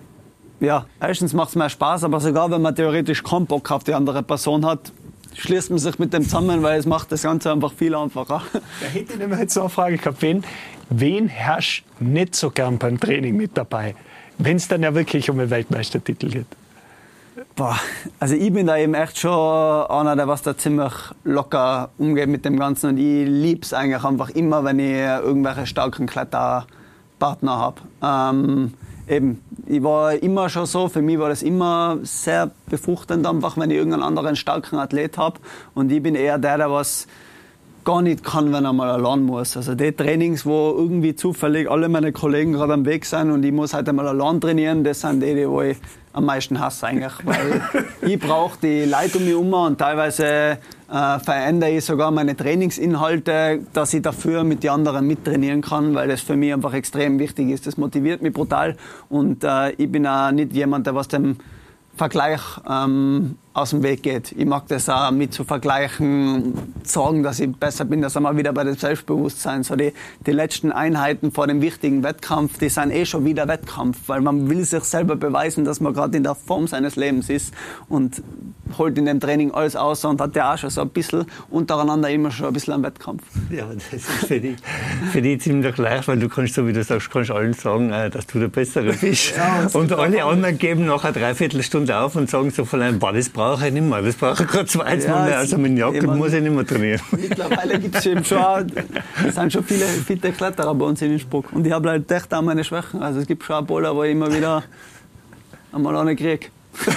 ja, erstens macht es mehr Spaß, aber sogar wenn man theoretisch keinen Bock auf die andere Person hat, schließt man sich mit dem zusammen, weil es macht das Ganze einfach viel einfacher. Da hätte ich nämlich jetzt so eine Frage gehabt, wen, wen herrscht nicht so gern beim Training mit dabei, wenn es dann ja wirklich um einen Weltmeistertitel geht? Boah, also ich bin da eben echt schon einer, der was da ziemlich locker umgeht mit dem Ganzen und ich lieb's eigentlich einfach immer, wenn ich irgendwelche starken Kletterpartner habe. Ähm, Eben, ich war immer schon so, für mich war das immer sehr befruchtend einfach, wenn ich irgendeinen anderen starken Athlet habe. Und ich bin eher der, der was gar nicht kann, wenn er mal allein muss. Also die Trainings, wo irgendwie zufällig alle meine Kollegen gerade am Weg sind und ich muss halt einmal allein trainieren, das sind die, die wo ich am meisten hasse eigentlich. Weil ich brauche die Leute um mich herum und teilweise äh, verändere ich sogar meine Trainingsinhalte, dass ich dafür mit den anderen mittrainieren kann, weil das für mich einfach extrem wichtig ist. Das motiviert mich brutal und äh, ich bin auch nicht jemand, der was dem Vergleich ähm, aus dem Weg geht. Ich mag das auch mit zu vergleichen, sagen, dass ich besser bin, dass wir wieder bei dem Selbstbewusstsein. So die, die letzten Einheiten vor dem wichtigen Wettkampf, die sind eh schon wieder Wettkampf, weil man will sich selber beweisen, dass man gerade in der Form seines Lebens ist und holt in dem Training alles aus und hat ja auch schon so ein bisschen untereinander immer schon ein bisschen einen Wettkampf. Ja, das ist für dich, für dich ziemlich leicht, weil du kannst, so wie du sagst, kannst allen sagen, dass du der Bessere bist. Ja, und alle anderen geben nach einer Dreiviertelstunde auf und sagen so von einem, boah, das brauche ich nicht mehr, das brauche ich gerade zwei ja, Mal mehr, also mit Jakob muss ich nicht mehr trainieren. Mittlerweile gibt es eben schon, es sind schon viele fitte Kletterer bei uns in Innsbruck und ich habe halt echt auch meine Schwächen, also es gibt schon ein Boulder, wo ich immer wieder einmal eine kriege.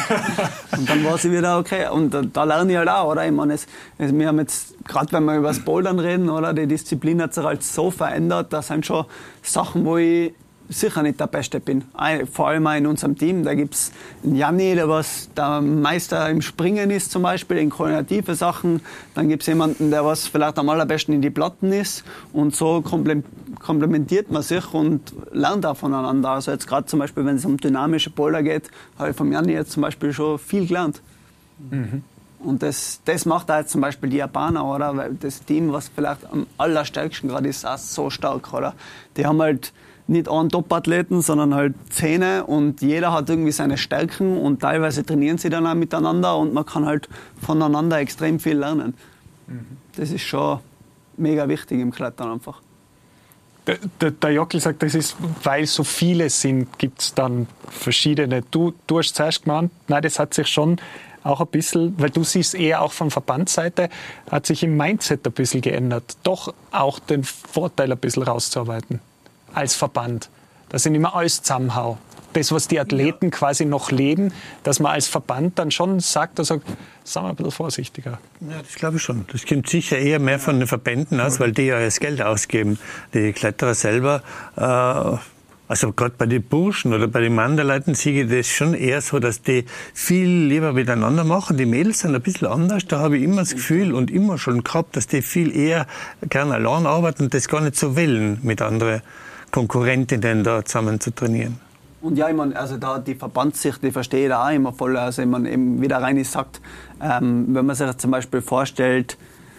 Und dann war sie wieder okay. Und da, da lerne ich halt auch, oder? Ich meine, es, es, wir haben jetzt, gerade wenn wir über das Bouldern reden, oder? Die Disziplin hat sich halt so verändert, da sind schon Sachen, wo ich sicher nicht der Beste bin. Vor allem auch in unserem Team. Da gibt es einen Janni, der was der Meister im Springen ist zum Beispiel, in koordinative Sachen. Dann gibt es jemanden, der was vielleicht am allerbesten in die Platten ist. Und so komplementiert man sich und lernt auch voneinander. Also jetzt gerade zum Beispiel, wenn es um dynamische Boulder geht, habe ich vom Janni jetzt zum Beispiel schon viel gelernt. Mhm. Und das, das macht auch jetzt zum Beispiel die Japaner, oder? Weil das Team, was vielleicht am allerstärksten gerade ist, auch so stark, oder? Die haben halt nicht einen Top-Athleten, sondern halt Zähne und jeder hat irgendwie seine Stärken und teilweise trainieren sie dann auch miteinander und man kann halt voneinander extrem viel lernen. Mhm. Das ist schon mega wichtig im Klettern einfach. Der, der, der Jockel sagt, das ist, weil so viele sind, gibt es dann verschiedene. Du, du hast zuerst gemeint, nein, das hat sich schon auch ein bisschen, weil du siehst eher auch von Verbandsseite, hat sich im Mindset ein bisschen geändert, doch auch den Vorteil ein bisschen rauszuarbeiten. Als Verband, dass ich nicht mehr alles zusammenhau. Das, was die Athleten ja. quasi noch leben, dass man als Verband dann schon sagt, also, sagen wir ein bisschen vorsichtiger. Ja, das glaube ich schon. Das kommt sicher eher mehr von den Verbänden aus, weil die ja das Geld ausgeben. Die Kletterer selber, äh, also gerade bei den Burschen oder bei den Manderleuten sehe ich das schon eher so, dass die viel lieber miteinander machen. Die Mädels sind ein bisschen anders. Da habe ich immer das Gefühl und immer schon gehabt, dass die viel eher gerne allein arbeiten und das gar nicht so wollen, mit anderen Konkurrentinnen da zusammen zu trainieren. Und ja, ich meine, also da die Verbandssicht, die verstehe ich da auch immer voll. Also ich meine, eben wie der Reini sagt, ähm, wenn man sich zum Beispiel vorstellt,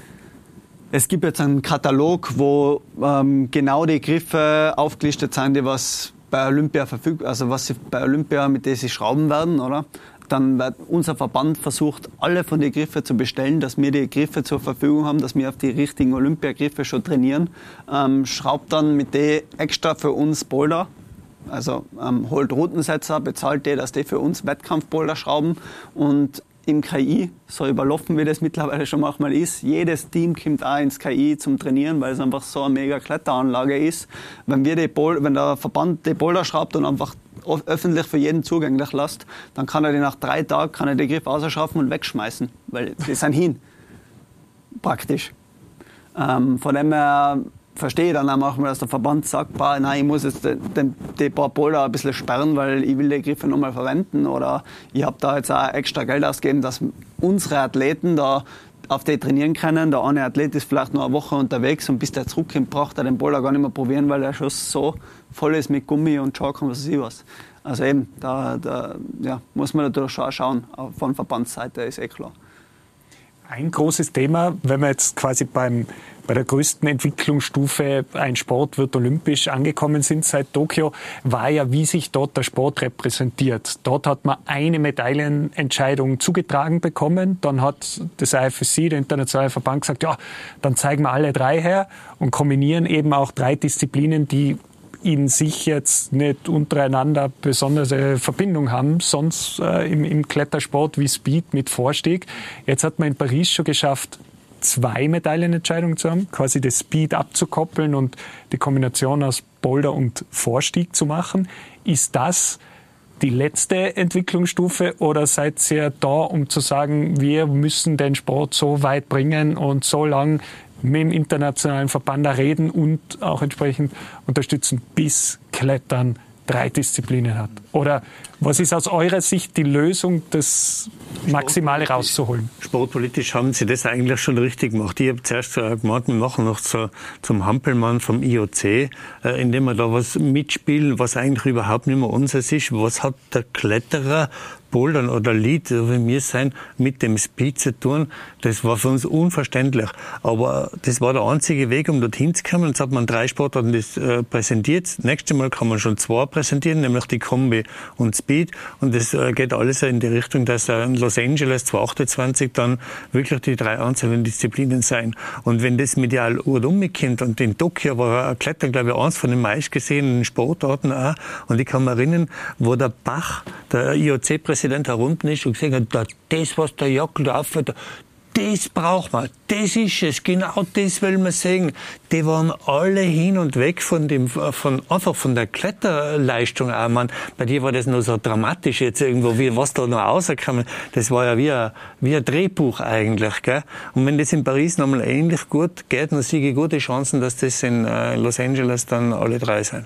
es gibt jetzt einen Katalog, wo ähm, genau die Griffe aufgelistet sind, die was bei Olympia verfügbar, also was sie bei Olympia mit denen sie schrauben werden, oder? Dann wird unser Verband versucht, alle von den Griffen zu bestellen, dass wir die Griffe zur Verfügung haben, dass wir auf die richtigen Olympiagriffe schon trainieren. Ähm, schraubt dann mit denen extra für uns Boulder. Also ähm, holt Routensetzer, bezahlt die, dass die für uns Wettkampfboulder schrauben. Und im K I, so überlaufen wie das mittlerweile schon manchmal ist, jedes Team kommt auch ins K I zum Trainieren, weil es einfach so eine mega Kletteranlage ist. Wenn, wir die Boulder, wenn der Verband die Boulder schraubt und einfach öffentlich für jeden zugänglich lässt, dann kann er die nach drei Tagen kann er den Griff ausschaffen und wegschmeißen, weil die sind hin. Praktisch. Ähm, von dem her verstehe ich dann auch manchmal, dass der Verband sagt, bah, nein, ich muss jetzt den, den, die paar Boulder ein bisschen sperren, weil ich will die Griffe nochmal verwenden, oder ich habe da jetzt auch extra Geld ausgegeben, dass unsere Athleten da auf die trainieren können. Der eine Athlet ist vielleicht nur eine Woche unterwegs und bis der zurückkommt, braucht er den Boulder gar nicht mehr probieren, weil der schon so voll ist mit Gummi und Chalk und was weiß ich was. Also eben, da, da ja, muss man natürlich schon schauen, von Verbandsseite ist eh klar. Ein großes Thema, wenn wir jetzt quasi beim, bei der größten Entwicklungsstufe, ein Sport wird olympisch angekommen sind seit Tokio, war ja, wie sich dort der Sport repräsentiert. Dort hat man eine Medaillenentscheidung zugetragen bekommen. Dann hat das I F S C, der internationale Verband, gesagt, ja, dann zeigen wir alle drei her und kombinieren eben auch drei Disziplinen, die in sich jetzt nicht untereinander besondere Verbindung haben, sonst äh, im, im Klettersport wie Speed mit Vorstieg. Jetzt hat man in Paris schon geschafft, zwei Medaillenentscheidungen zu haben, quasi das Speed abzukoppeln und die Kombination aus Boulder und Vorstieg zu machen. Ist das die letzte Entwicklungsstufe oder seid ihr da, um zu sagen, wir müssen den Sport so weit bringen und so lang mit dem internationalen Verband da reden und auch entsprechend unterstützen, bis Klettern drei Disziplinen hat? Oder was ist aus eurer Sicht die Lösung, das Maximale rauszuholen? Sportpolitisch haben sie das eigentlich schon richtig gemacht. Ich habe zuerst gemeint, wir machen noch so, zum Hampelmann vom I O C, äh, indem wir da was mitspielen, was eigentlich überhaupt nicht mehr unseres ist. Was hat der Kletterer, Bouldern oder Lead, so wie wir sein, mit dem Speed zu tun? Das war für uns unverständlich. Aber das war der einzige Weg, um dorthin zu kommen. Jetzt hat man drei Sportarten das äh, präsentiert. Das nächste Mal kann man schon zwei präsentieren, nämlich die Kombi und Speed. Und das äh, geht alles in die Richtung, dass äh, in Los Angeles zweitausendzweiundzwanzig dann wirklich die drei einzelnen Disziplinen sein. Und wenn das medial gut umkommt, und in Tokio war Klettern, glaube ich, eins von den meistgesehenen Sportarten auch. Und ich kann mich erinnern, wo der Bach, der I O C-Präsident, herunten ist und gesagt hat, das, was der Jockel da aufhört, das braucht man, das ist es, genau das will man sehen. Die waren alle hin und weg von dem, von, einfach von der Kletterleistung auch. Man, bei dir war das noch so dramatisch jetzt irgendwo, wie, was da noch rauskam. Das war ja wie ein, wie ein Drehbuch eigentlich, gell? Und wenn das in Paris nochmal ähnlich gut geht, dann sehe ich gute Chancen, dass das in äh, Los Angeles dann alle drei sind.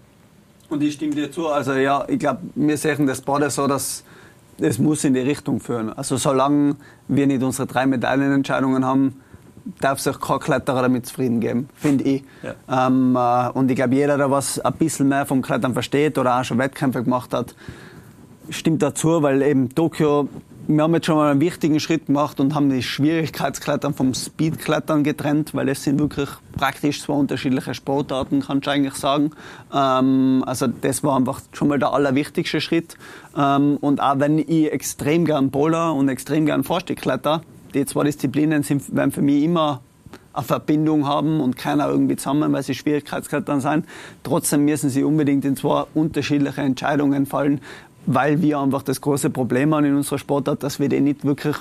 Und ich stimme dir zu, also ja, ich glaube, wir sehen das beide so, dass es muss in die Richtung führen. Also solange wir nicht unsere drei Medaillenentscheidungen haben, darf sich kein Kletterer damit zufrieden geben, finde ich. Ja. Ähm, äh, und ich glaube, jeder, der was ein bisschen mehr vom Klettern versteht oder auch schon Wettkämpfe gemacht hat, stimmt dazu, weil eben Tokio, wir haben jetzt schon mal einen wichtigen Schritt gemacht und haben die Schwierigkeitsklettern vom Speedklettern getrennt, weil es sind wirklich praktisch zwei unterschiedliche Sportarten, kannst du eigentlich sagen. Ähm, also das war einfach schon mal der allerwichtigste Schritt. Ähm, und auch wenn ich extrem gern Boulder und extrem gern Vorstieg kletter, die zwei Disziplinen sind, werden für mich immer eine Verbindung haben und keiner irgendwie zusammen, weil sie Schwierigkeitsklettern sind. Trotzdem müssen sie unbedingt in zwei unterschiedliche Entscheidungen fallen, weil wir einfach das große Problem haben in unserer Sportart, dass wir die nicht wirklich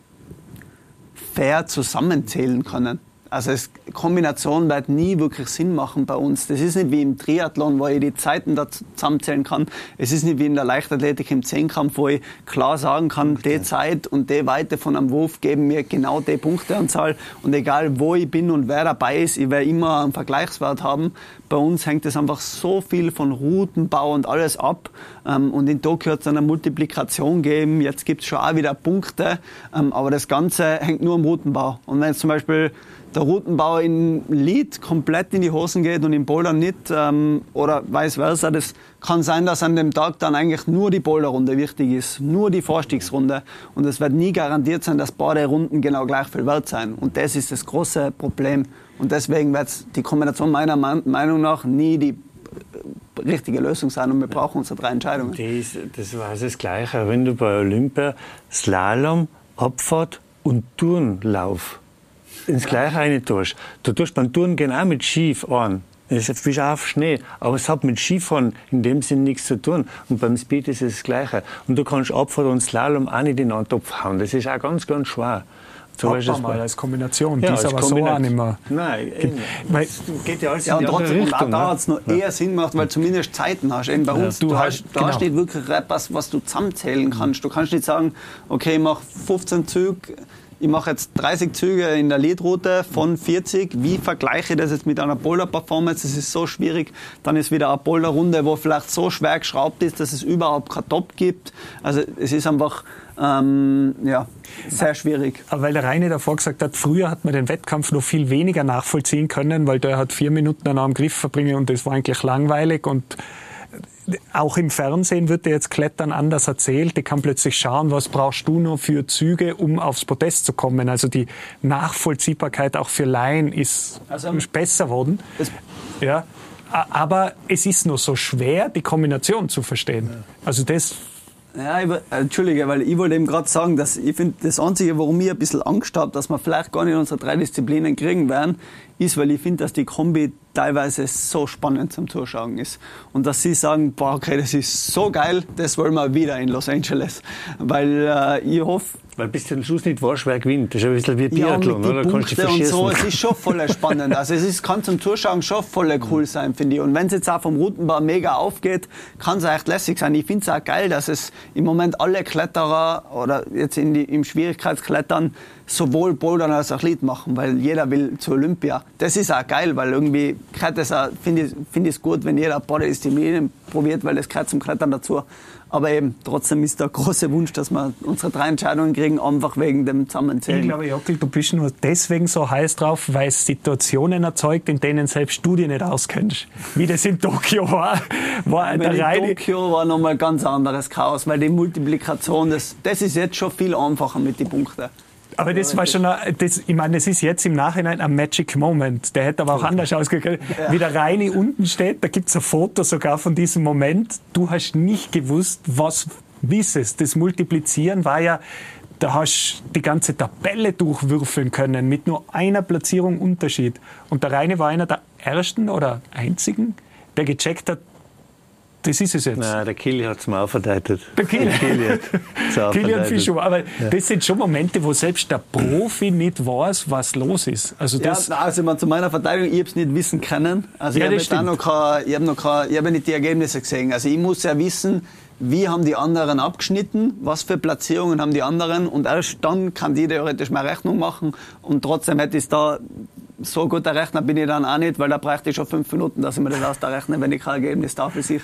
fair zusammenzählen können. Also es, Kombination wird nie wirklich Sinn machen bei uns. Das ist nicht wie im Triathlon, wo ich die Zeiten da zusammenzählen kann. Es ist nicht wie in der Leichtathletik im Zehnkampf, wo ich klar sagen kann, okay, die Zeit und die Weite von einem Wurf geben mir genau die Punkteanzahl. Und egal wo ich bin und wer dabei ist, ich werde immer einen Vergleichswert haben. Bei uns hängt es einfach so viel von Routenbau und alles ab. Ähm, und in Tokio hat es eine Multiplikation gegeben. Jetzt gibt es schon auch wieder Punkte. Ähm, aber das Ganze hängt nur am Routenbau. Und wenn jetzt zum Beispiel der Routenbau in Lead komplett in die Hosen geht und im Boulder nicht, ähm, oder vice versa, das kann sein, dass an dem Tag dann eigentlich nur die Boulderrunde wichtig ist, nur die Vorstiegsrunde. Und es wird nie garantiert sein, dass beide Runden genau gleich viel wert sein. Und das ist das große Problem. Und deswegen wird die Kombination meiner Meinung nach nie die richtige Lösung sein. Und wir brauchen unsere drei Entscheidungen. Das, das war das Gleiche, wenn du bei Olympia Slalom, Abfahrt und Turnlauf ins Gleiche rein tust. Du tust beim Turnen genau mit Ski an. Es ist auf Schnee, aber es hat mit Skifahren in dem Sinn nichts zu tun. Und beim Speed ist es das Gleiche. Und du kannst Abfahrt und Slalom auch nicht in den Topf hauen. Das ist auch ganz, ganz schwer. So mal als Kombination, ja, die ist aber so auch nicht mehr. Nein, weil, es geht ja alles ja, in die andere Richtung. Und auch da hat es noch ja. eher Sinn gemacht, weil du zumindest Zeiten hast. Eben bei ja, uns, du du hast, hast, da genau. steht wirklich etwas, was du zusammenzählen kannst. Du kannst nicht sagen, okay, ich mache fünfzehn Züge, ich mache jetzt dreißig Züge in der Leadroute von vierzig. Wie vergleiche ich das jetzt mit einer Boulder-Performance? Das ist so schwierig. Dann ist wieder eine Boulder-Runde, wo vielleicht so schwer geschraubt ist, dass es überhaupt kein Top gibt. Also es ist einfach ähm, ja, sehr schwierig. Aber weil der Reini davor gesagt hat, früher hat man den Wettkampf noch viel weniger nachvollziehen können, weil der hat vier Minuten an einem Griff verbringen und das war eigentlich langweilig. Und auch im Fernsehen wird dir jetzt Klettern anders erzählt. Die kann plötzlich schauen, was brauchst du noch für Züge, um aufs Podest zu kommen. Also die Nachvollziehbarkeit auch für Laien ist also, besser geworden. Ja, aber es ist nur so schwer, die Kombination zu verstehen. Ja. Also das... Ja, ich, Entschuldige, weil ich wollte eben gerade sagen, dass ich finde, das Einzige, warum ich ein bisschen Angst habe, dass wir vielleicht gar nicht unsere drei Disziplinen kriegen werden, ist, weil ich finde, dass die Kombi teilweise so spannend zum Zuschauen ist. Und dass sie sagen, boah, okay, das ist so geil, das wollen wir wieder in Los Angeles. Weil äh, ich hoffe... Weil bis zum Schluss nicht weißt, wer gewinnt. Das ist ein bisschen wie Biathlon, ja, oder? Da kannst du und verschießen. so, es ist schon voll spannend. Also es ist, kann zum Zuschauen schon voll cool sein, finde ich. Und wenn es jetzt auch vom Routenbau mega aufgeht, kann es echt lässig sein. Ich finde es auch geil, dass es im Moment alle Kletterer oder jetzt in die, im Schwierigkeitsklettern sowohl Bouldern als auch Lead machen, weil jeder will zur Olympia. Das ist auch geil, weil irgendwie finde ich es find gut, wenn jeder beide Disziplinen probiert, weil das gehört zum Klettern dazu. Aber eben, trotzdem ist der große Wunsch, dass wir unsere drei Entscheidungen kriegen, einfach wegen dem Zusammenzählen. Ich glaube, Jockel, du bist nur deswegen so heiß drauf, weil es Situationen erzeugt, in denen selbst du dich nicht auskennst. Wie das in Tokio war. war der in Reini Tokio war nochmal ganz anderes Chaos, weil die Multiplikation, das, das ist jetzt schon viel einfacher mit den Punkten. Aber das war schon, ein, das, ich meine, das ist jetzt im Nachhinein ein Magic Moment. Der hätte aber auch anders ausgegangen. Ja. Wie der Reini unten steht, da gibt es ein Foto sogar von diesem Moment. Du hast nicht gewusst, was wissest. Das Multiplizieren war ja, da hast du die ganze Tabelle durchwürfeln können mit nur einer Platzierung Unterschied. Und der Reini war einer der ersten oder einzigen, der gecheckt hat, das ist es jetzt. Nein, der Kili hat es mir auch verdeutet. Der Kili. Kilian Fischer. Aber ja. Das sind schon Momente, wo selbst der Profi nicht weiß, was los ist. Also, das ja, also zu meiner Verteidigung, ich habe es nicht wissen können. Also ja, ich habe noch keine, ich habe noch keine, ich habe nicht die Ergebnisse gesehen. Also ich muss ja wissen, wie haben die anderen abgeschnitten, was für Platzierungen haben die anderen und erst dann kann die theoretisch mal Rechnung machen und trotzdem hätte ich es da, so guter Rechner bin ich dann auch nicht, weil da bräuchte ich schon fünf Minuten, dass ich mir das ausrechne, wenn ich kein Ergebnis dafür sehe.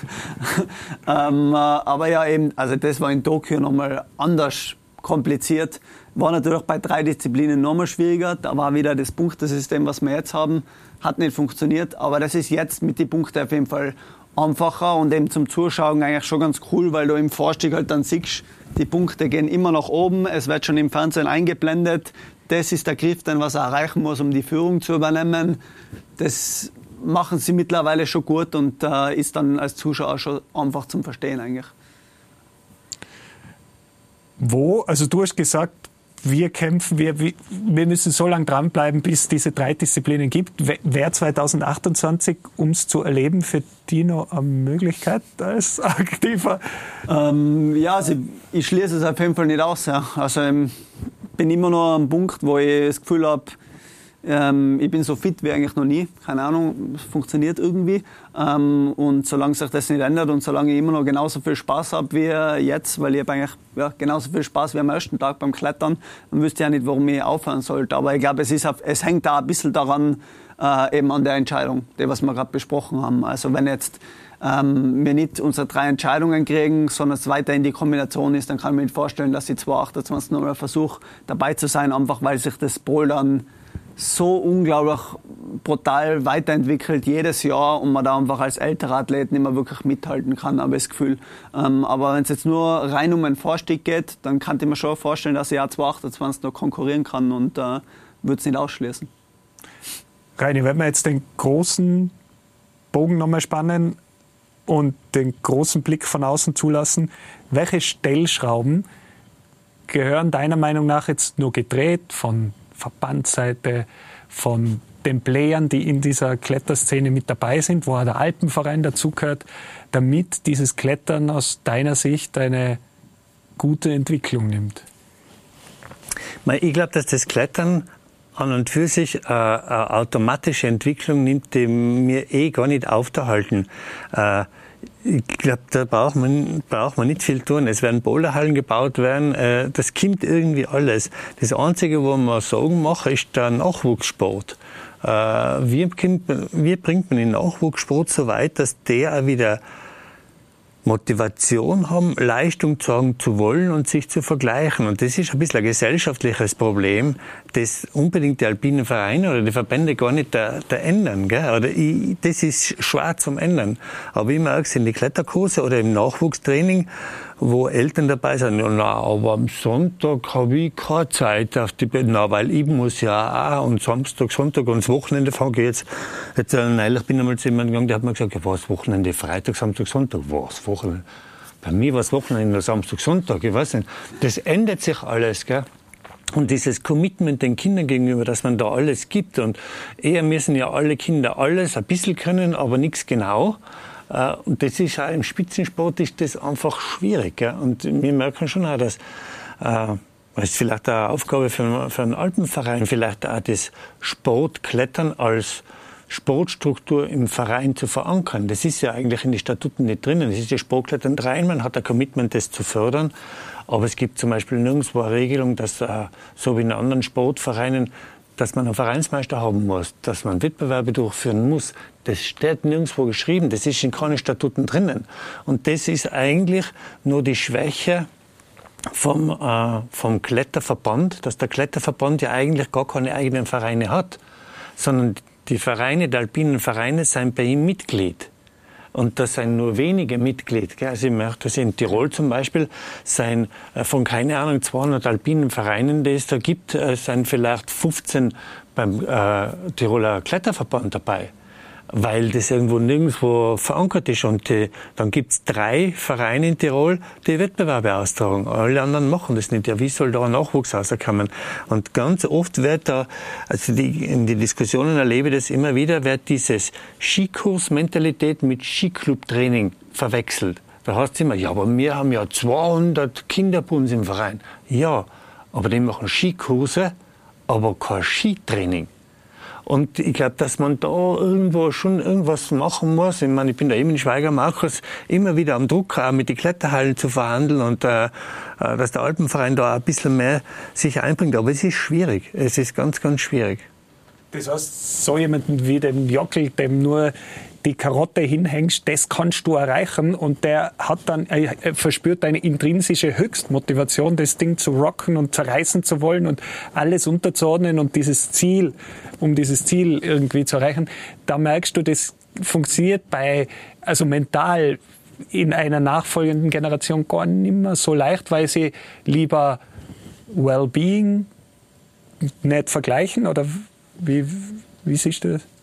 ähm, aber ja eben, also das war in Tokio nochmal anders kompliziert. War natürlich bei drei Disziplinen nochmal schwieriger. Da war wieder das Punktesystem, was wir jetzt haben, hat nicht funktioniert. Aber das ist jetzt mit den Punkten auf jeden Fall einfacher und eben zum Zuschauen eigentlich schon ganz cool, weil du im Vorstieg halt dann siehst, die Punkte gehen immer nach oben, es wird schon im Fernsehen eingeblendet. Das ist der Griff, den was er erreichen muss, um die Führung zu übernehmen. Das machen sie mittlerweile schon gut und äh, ist dann als Zuschauer schon einfach zum Verstehen eigentlich. Wo, also du hast gesagt, wir kämpfen, wir, wir müssen so lange dranbleiben, bis es diese drei Disziplinen gibt. Wäre zwanzig achtundzwanzig, um es zu erleben, für dich noch eine Möglichkeit als Aktiver? Ähm, ja, also ich, ich schließe es auf jeden Fall nicht aus. Ja. Also ich bin immer noch am Punkt, wo ich das Gefühl habe, Ähm, ich bin so fit wie eigentlich noch nie. Keine Ahnung, es funktioniert irgendwie. Ähm, und solange sich das nicht ändert und solange ich immer noch genauso viel Spaß habe wie jetzt, weil ich habe eigentlich ja, genauso viel Spaß wie am ersten Tag beim Klettern, dann wüsste ich ja nicht, warum ich aufhören sollte. Aber ich glaube, es, ist, es hängt da ein bisschen daran, äh, eben an der Entscheidung, die was wir gerade besprochen haben. Also wenn jetzt ähm, wir nicht unsere drei Entscheidungen kriegen, sondern es weiter in die Kombination ist, dann kann ich mir nicht vorstellen, dass ich zwanzig achtundzwanzig nochmal versuche, dabei zu sein, einfach weil sich das Bouldern so unglaublich brutal weiterentwickelt jedes Jahr und man da einfach als älterer Athlet nicht mehr wirklich mithalten kann, habe ich das Gefühl. Ähm, aber wenn es jetzt nur rein um einen Vorstieg geht, dann kann ich mir schon vorstellen, dass ich auch zwanzig achtundzwanzig noch konkurrieren kann und äh, würde es nicht ausschließen. Reini, wenn wir jetzt den großen Bogen nochmal spannen und den großen Blick von außen zulassen, welche Stellschrauben gehören deiner Meinung nach jetzt nur gedreht von Verbandsseite, von den Playern, die in dieser Kletterszene mit dabei sind, wo auch der Alpenverein dazugehört, damit dieses Klettern aus deiner Sicht eine gute Entwicklung nimmt? Ich glaube, dass das Klettern an und für sich äh, eine automatische Entwicklung nimmt, die wir eh gar nicht aufhalten. Äh, Ich glaube, da braucht man, braucht man nicht viel tun. Es werden Boulderhallen gebaut werden, äh, das kommt irgendwie alles. Das Einzige, wo man Sorgen macht, ist der Nachwuchssport. Äh, wie, kommt, wie bringt man den Nachwuchssport so weit, dass der auch wieder Motivation haben, Leistung zeigen zu wollen und sich zu vergleichen. Und das ist ein bisschen ein gesellschaftliches Problem, das unbedingt die alpinen Vereine oder die Verbände gar nicht da, da ändern. Gell? Oder ich, das ist schwer zum Ändern. Aber ich merke es in die Kletterkurse oder im Nachwuchstraining, wo Eltern dabei sind, ja, na, aber am Sonntag habe ich keine Zeit auf die Be- na, weil ich muss ja auch und Samstag, Sonntag und das Wochenende fange ich jetzt. jetzt äh, neulich bin ich mal zu jemandem gegangen, der hat mir gesagt, ja, was, Wochenende, Freitag, Samstag, Sonntag, was, Wochenende? Bei mir war es Wochenende, Samstag, Sonntag, ich weiß nicht. Das ändert sich alles, gell? Und dieses Commitment den Kindern gegenüber, dass man da alles gibt und eher müssen ja alle Kinder alles ein bisschen können, aber nichts genau. Und das ist auch im Spitzensport ist das einfach schwierig. Gell? Und wir merken schon auch, dass äh, das ist vielleicht eine Aufgabe für, für einen Alpenverein, vielleicht auch das Sportklettern als Sportstruktur im Verein zu verankern. Das ist ja eigentlich in den Statuten nicht drinnen. Das ist ja Sportklettern rein, man hat ein Commitment, das zu fördern. Aber es gibt zum Beispiel nirgendwo eine Regelung, dass äh, so wie in anderen Sportvereinen, dass man einen Vereinsmeister haben muss, dass man Wettbewerbe durchführen muss. Das steht nirgendwo geschrieben, das ist in keinen Statuten drinnen. Und das ist eigentlich nur die Schwäche vom, äh, vom Kletterverband, dass der Kletterverband ja eigentlich gar keine eigenen Vereine hat, sondern die Vereine, die alpinen Vereine, sind bei ihm Mitglied. Und das sind nur wenige Mitglieder. Also ich möchte, dass in Tirol zum Beispiel sind von, keine Ahnung, zweihundert alpinen Vereinen, die es da gibt, sind vielleicht fünfzehn beim äh, Tiroler Kletterverband dabei. Weil das irgendwo nirgendwo verankert ist. Und die, dann gibt's drei Vereine in Tirol, die Wettbewerbe austragen. Alle anderen machen das nicht. Ja, wie soll da ein Nachwuchs rauskommen? Und ganz oft wird da, also die, in den Diskussionen erlebe ich das immer wieder, wird dieses Skikursmentalität mit Skiclub-Training verwechselt. Da heißt es immer, ja, aber wir haben ja zweihundert Kinder bei uns im Verein. Ja, aber die machen Skikurse, aber kein Skitraining. Und ich glaube, dass man da irgendwo schon irgendwas machen muss. Ich meine, ich bin da eben in Schweiger Markus immer wieder am Druck, auch mit den Kletterhallen zu verhandeln und äh, dass der Alpenverein da ein bisschen mehr sich einbringt. Aber es ist schwierig. Es ist ganz, ganz schwierig. Das heißt, so jemanden wie dem Jockel, dem nur die Karotte hinhängst, das kannst du erreichen und der hat dann, er verspürt eine intrinsische Höchstmotivation, das Ding zu rocken und zerreißen zu wollen und alles unterzuordnen und dieses Ziel, um dieses Ziel irgendwie zu erreichen. Da merkst du, das funktioniert bei, also mental in einer nachfolgenden Generation gar nicht mehr so leicht, weil sie lieber Wellbeing nicht vergleichen oder wie, wie siehst du das?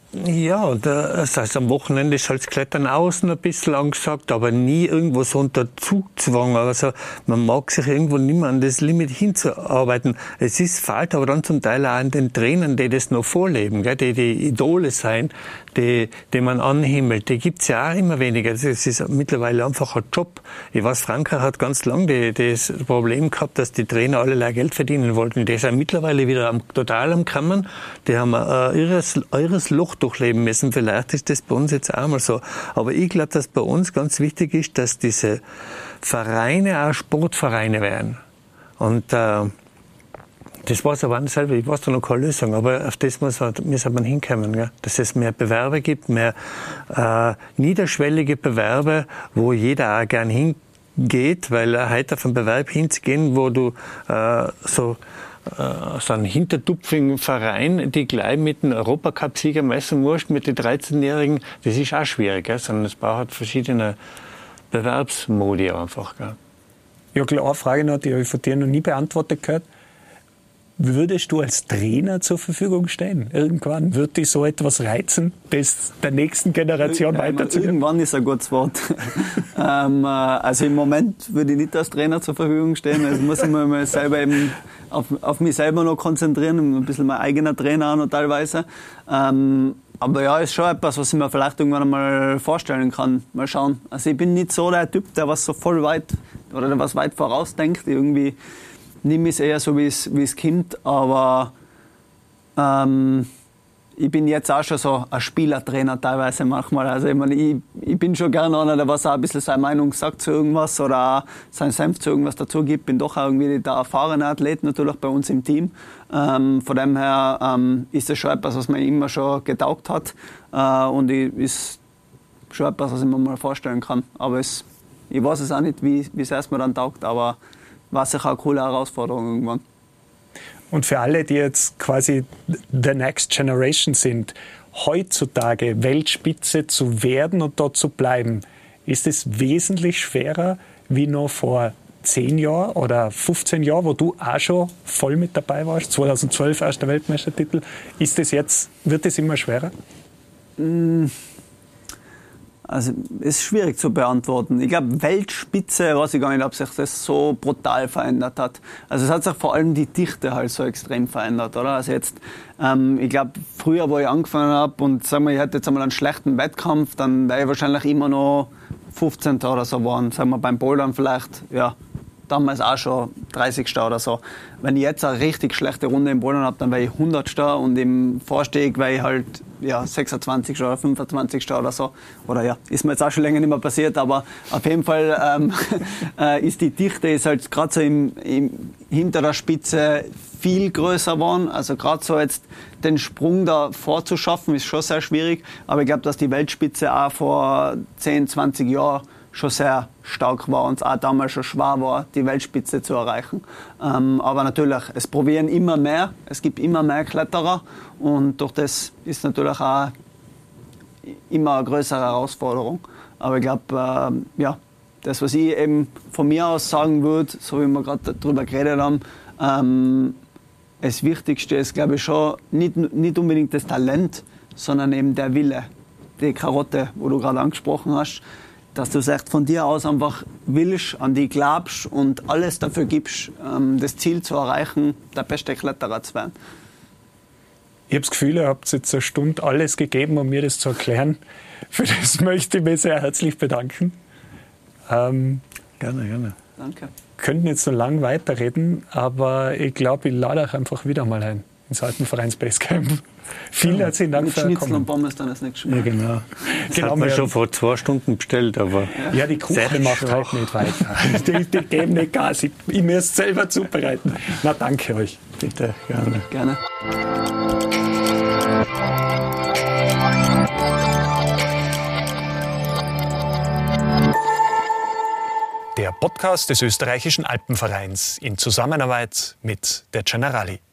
Ja, das heißt, am Wochenende ist halt das Klettern außen ein bisschen angesagt, aber nie irgendwo so unter Zugzwang. Also man mag sich irgendwo nicht mehr an das Limit hinzuarbeiten. Es ist falsch, aber dann zum Teil auch an den Trainern, die das noch vorleben, gell, die die Idole sein, die, die man anhimmelt. Die gibt's ja auch immer weniger. Das ist mittlerweile einfach ein Job. Ich weiß, Frankreich hat ganz lange das Problem gehabt, dass die Trainer allerlei Geld verdienen wollten. Die sind mittlerweile wieder am, total am Kammern. Die haben ein irres, irres Loch durchleben müssen. Vielleicht ist das bei uns jetzt auch mal so. Aber ich glaube, dass bei uns ganz wichtig ist, dass diese Vereine auch Sportvereine werden. Und äh, das weiß aber nicht selber. Ich weiß da noch keine Lösung. Aber auf das muss man, muss man hinkommen. Gell? Dass es mehr Bewerbe gibt, mehr äh, niederschwellige Bewerbe, wo jeder auch gern hingeht. Weil äh, heute auf einen Bewerb hinzugehen, wo du äh, so so einen hintertupfigen Verein, die gleich mit dem Europacup-Sieger messen musst, mit den dreizehnjährigen, das ist auch schwierig, gell? Sondern es braucht verschiedene Bewerbsmodi einfach. Gell? Ja, klar, eine Frage noch, die habe ich von dir noch nie beantwortet gehört. Würdest du als Trainer zur Verfügung stehen? Irgendwann wird dich so etwas reizen, das der nächsten Generation ja, weiterzugeben? Irgendwann ist ein gutes Wort. ähm, also im Moment würde ich nicht als Trainer zur Verfügung stehen. Also muss ich mir mal selber eben auf, auf mich selber noch konzentrieren. Ein bisschen mein eigener Trainer auch noch teilweise. Ähm, aber ja, ist schon etwas, was ich mir vielleicht irgendwann einmal vorstellen kann. Mal schauen. Also ich bin nicht so der Typ, der was so voll weit oder der was weit vorausdenkt. Irgendwie nehme ich es eher so, wie es, wie es kommt, aber ähm, ich bin jetzt auch schon so ein Spielertrainer teilweise manchmal. Also ich, meine, ich, ich bin schon gerne einer, der was auch ein bisschen seine Meinung sagt zu irgendwas oder auch seinen Senf zu irgendwas dazu gibt. Bin doch auch irgendwie der erfahrene Athlet natürlich bei uns im Team. Ähm, von dem her ähm, ist das schon etwas, was mir immer schon getaugt hat äh, und ich, ist schon etwas, was ich mir mal vorstellen kann. Aber es, ich weiß es auch nicht, wie, wie es erstmal dann taugt, aber war sicher eine coole Herausforderung irgendwann. Und für alle, die jetzt quasi the next generation sind, heutzutage Weltspitze zu werden und dort zu bleiben, ist es wesentlich schwerer wie noch vor zehn Jahren oder fünfzehn Jahren, wo du auch schon voll mit dabei warst, zweitausendzwölf erster Weltmeistertitel. Ist das jetzt, wird es immer schwerer? Mm. Also ist schwierig zu beantworten. Ich glaube, Weltspitze, weiß ich gar nicht, ob sich das so brutal verändert hat. Also es hat sich vor allem die Dichte halt so extrem verändert, oder? Also jetzt, ähm, ich glaube, früher, wo ich angefangen habe und sagen wir, ich hätte jetzt einmal einen schlechten Wettkampf, dann wäre ich wahrscheinlich immer noch fünfzehnter oder so geworden. Sagen wir beim Bouldern vielleicht, ja, damals auch schon dreißigster oder so. Wenn ich jetzt eine richtig schlechte Runde im Bouldern habe, dann wäre ich hundertster und im Vorstieg wäre ich halt ja, sechsundzwanzigster oder fünfundzwanzigster oder so. Oder ja, ist mir jetzt auch schon länger nicht mehr passiert, aber auf jeden Fall ähm, äh, ist die Dichte ist halt gerade so im, im, hinter der Spitze viel größer geworden. Also gerade so jetzt den Sprung da vorzuschaffen, ist schon sehr schwierig. Aber ich glaube, dass die Weltspitze auch vor zehn, zwanzig Jahren schon sehr stark war und es auch damals schon schwer war, die Weltspitze zu erreichen. Ähm, aber natürlich, es probieren immer mehr, es gibt immer mehr Kletterer und durch das ist natürlich auch immer eine größere Herausforderung. Aber ich glaube, äh, ja, das, was ich eben von mir aus sagen würde, so wie wir gerade darüber geredet haben, ähm, das Wichtigste ist, glaube ich, schon nicht, nicht unbedingt das Talent, sondern eben der Wille, die Karotte, wo du gerade angesprochen hast, dass du es echt von dir aus einfach willst, an die glaubst und alles dafür gibst, ähm, das Ziel zu erreichen, der beste Kletterer zu werden. Ich habe das Gefühl, ihr habt jetzt eine Stunde alles gegeben, um mir das zu erklären. Für das möchte ich mich sehr herzlich bedanken. Ähm, gerne, gerne. Danke. Wir könnten jetzt so lang weiterreden, aber ich glaube, ich lade euch einfach wieder mal ein ins Alpenvereins Basecamp. Vielen ja, herzlichen Dank für Schnitzel und Pommes dann das nächste Mal. Ja, genau. Das genau, hat man schon vor zwei Stunden bestellt, aber... Ja, ja die Küche macht halt nicht weiter. Die, die geben nicht Gas. Ich, ich muss es selber zubereiten. Na, danke euch. Bitte, gerne. Gerne. Der Podcast des österreichischen Alpenvereins in Zusammenarbeit mit der Generali.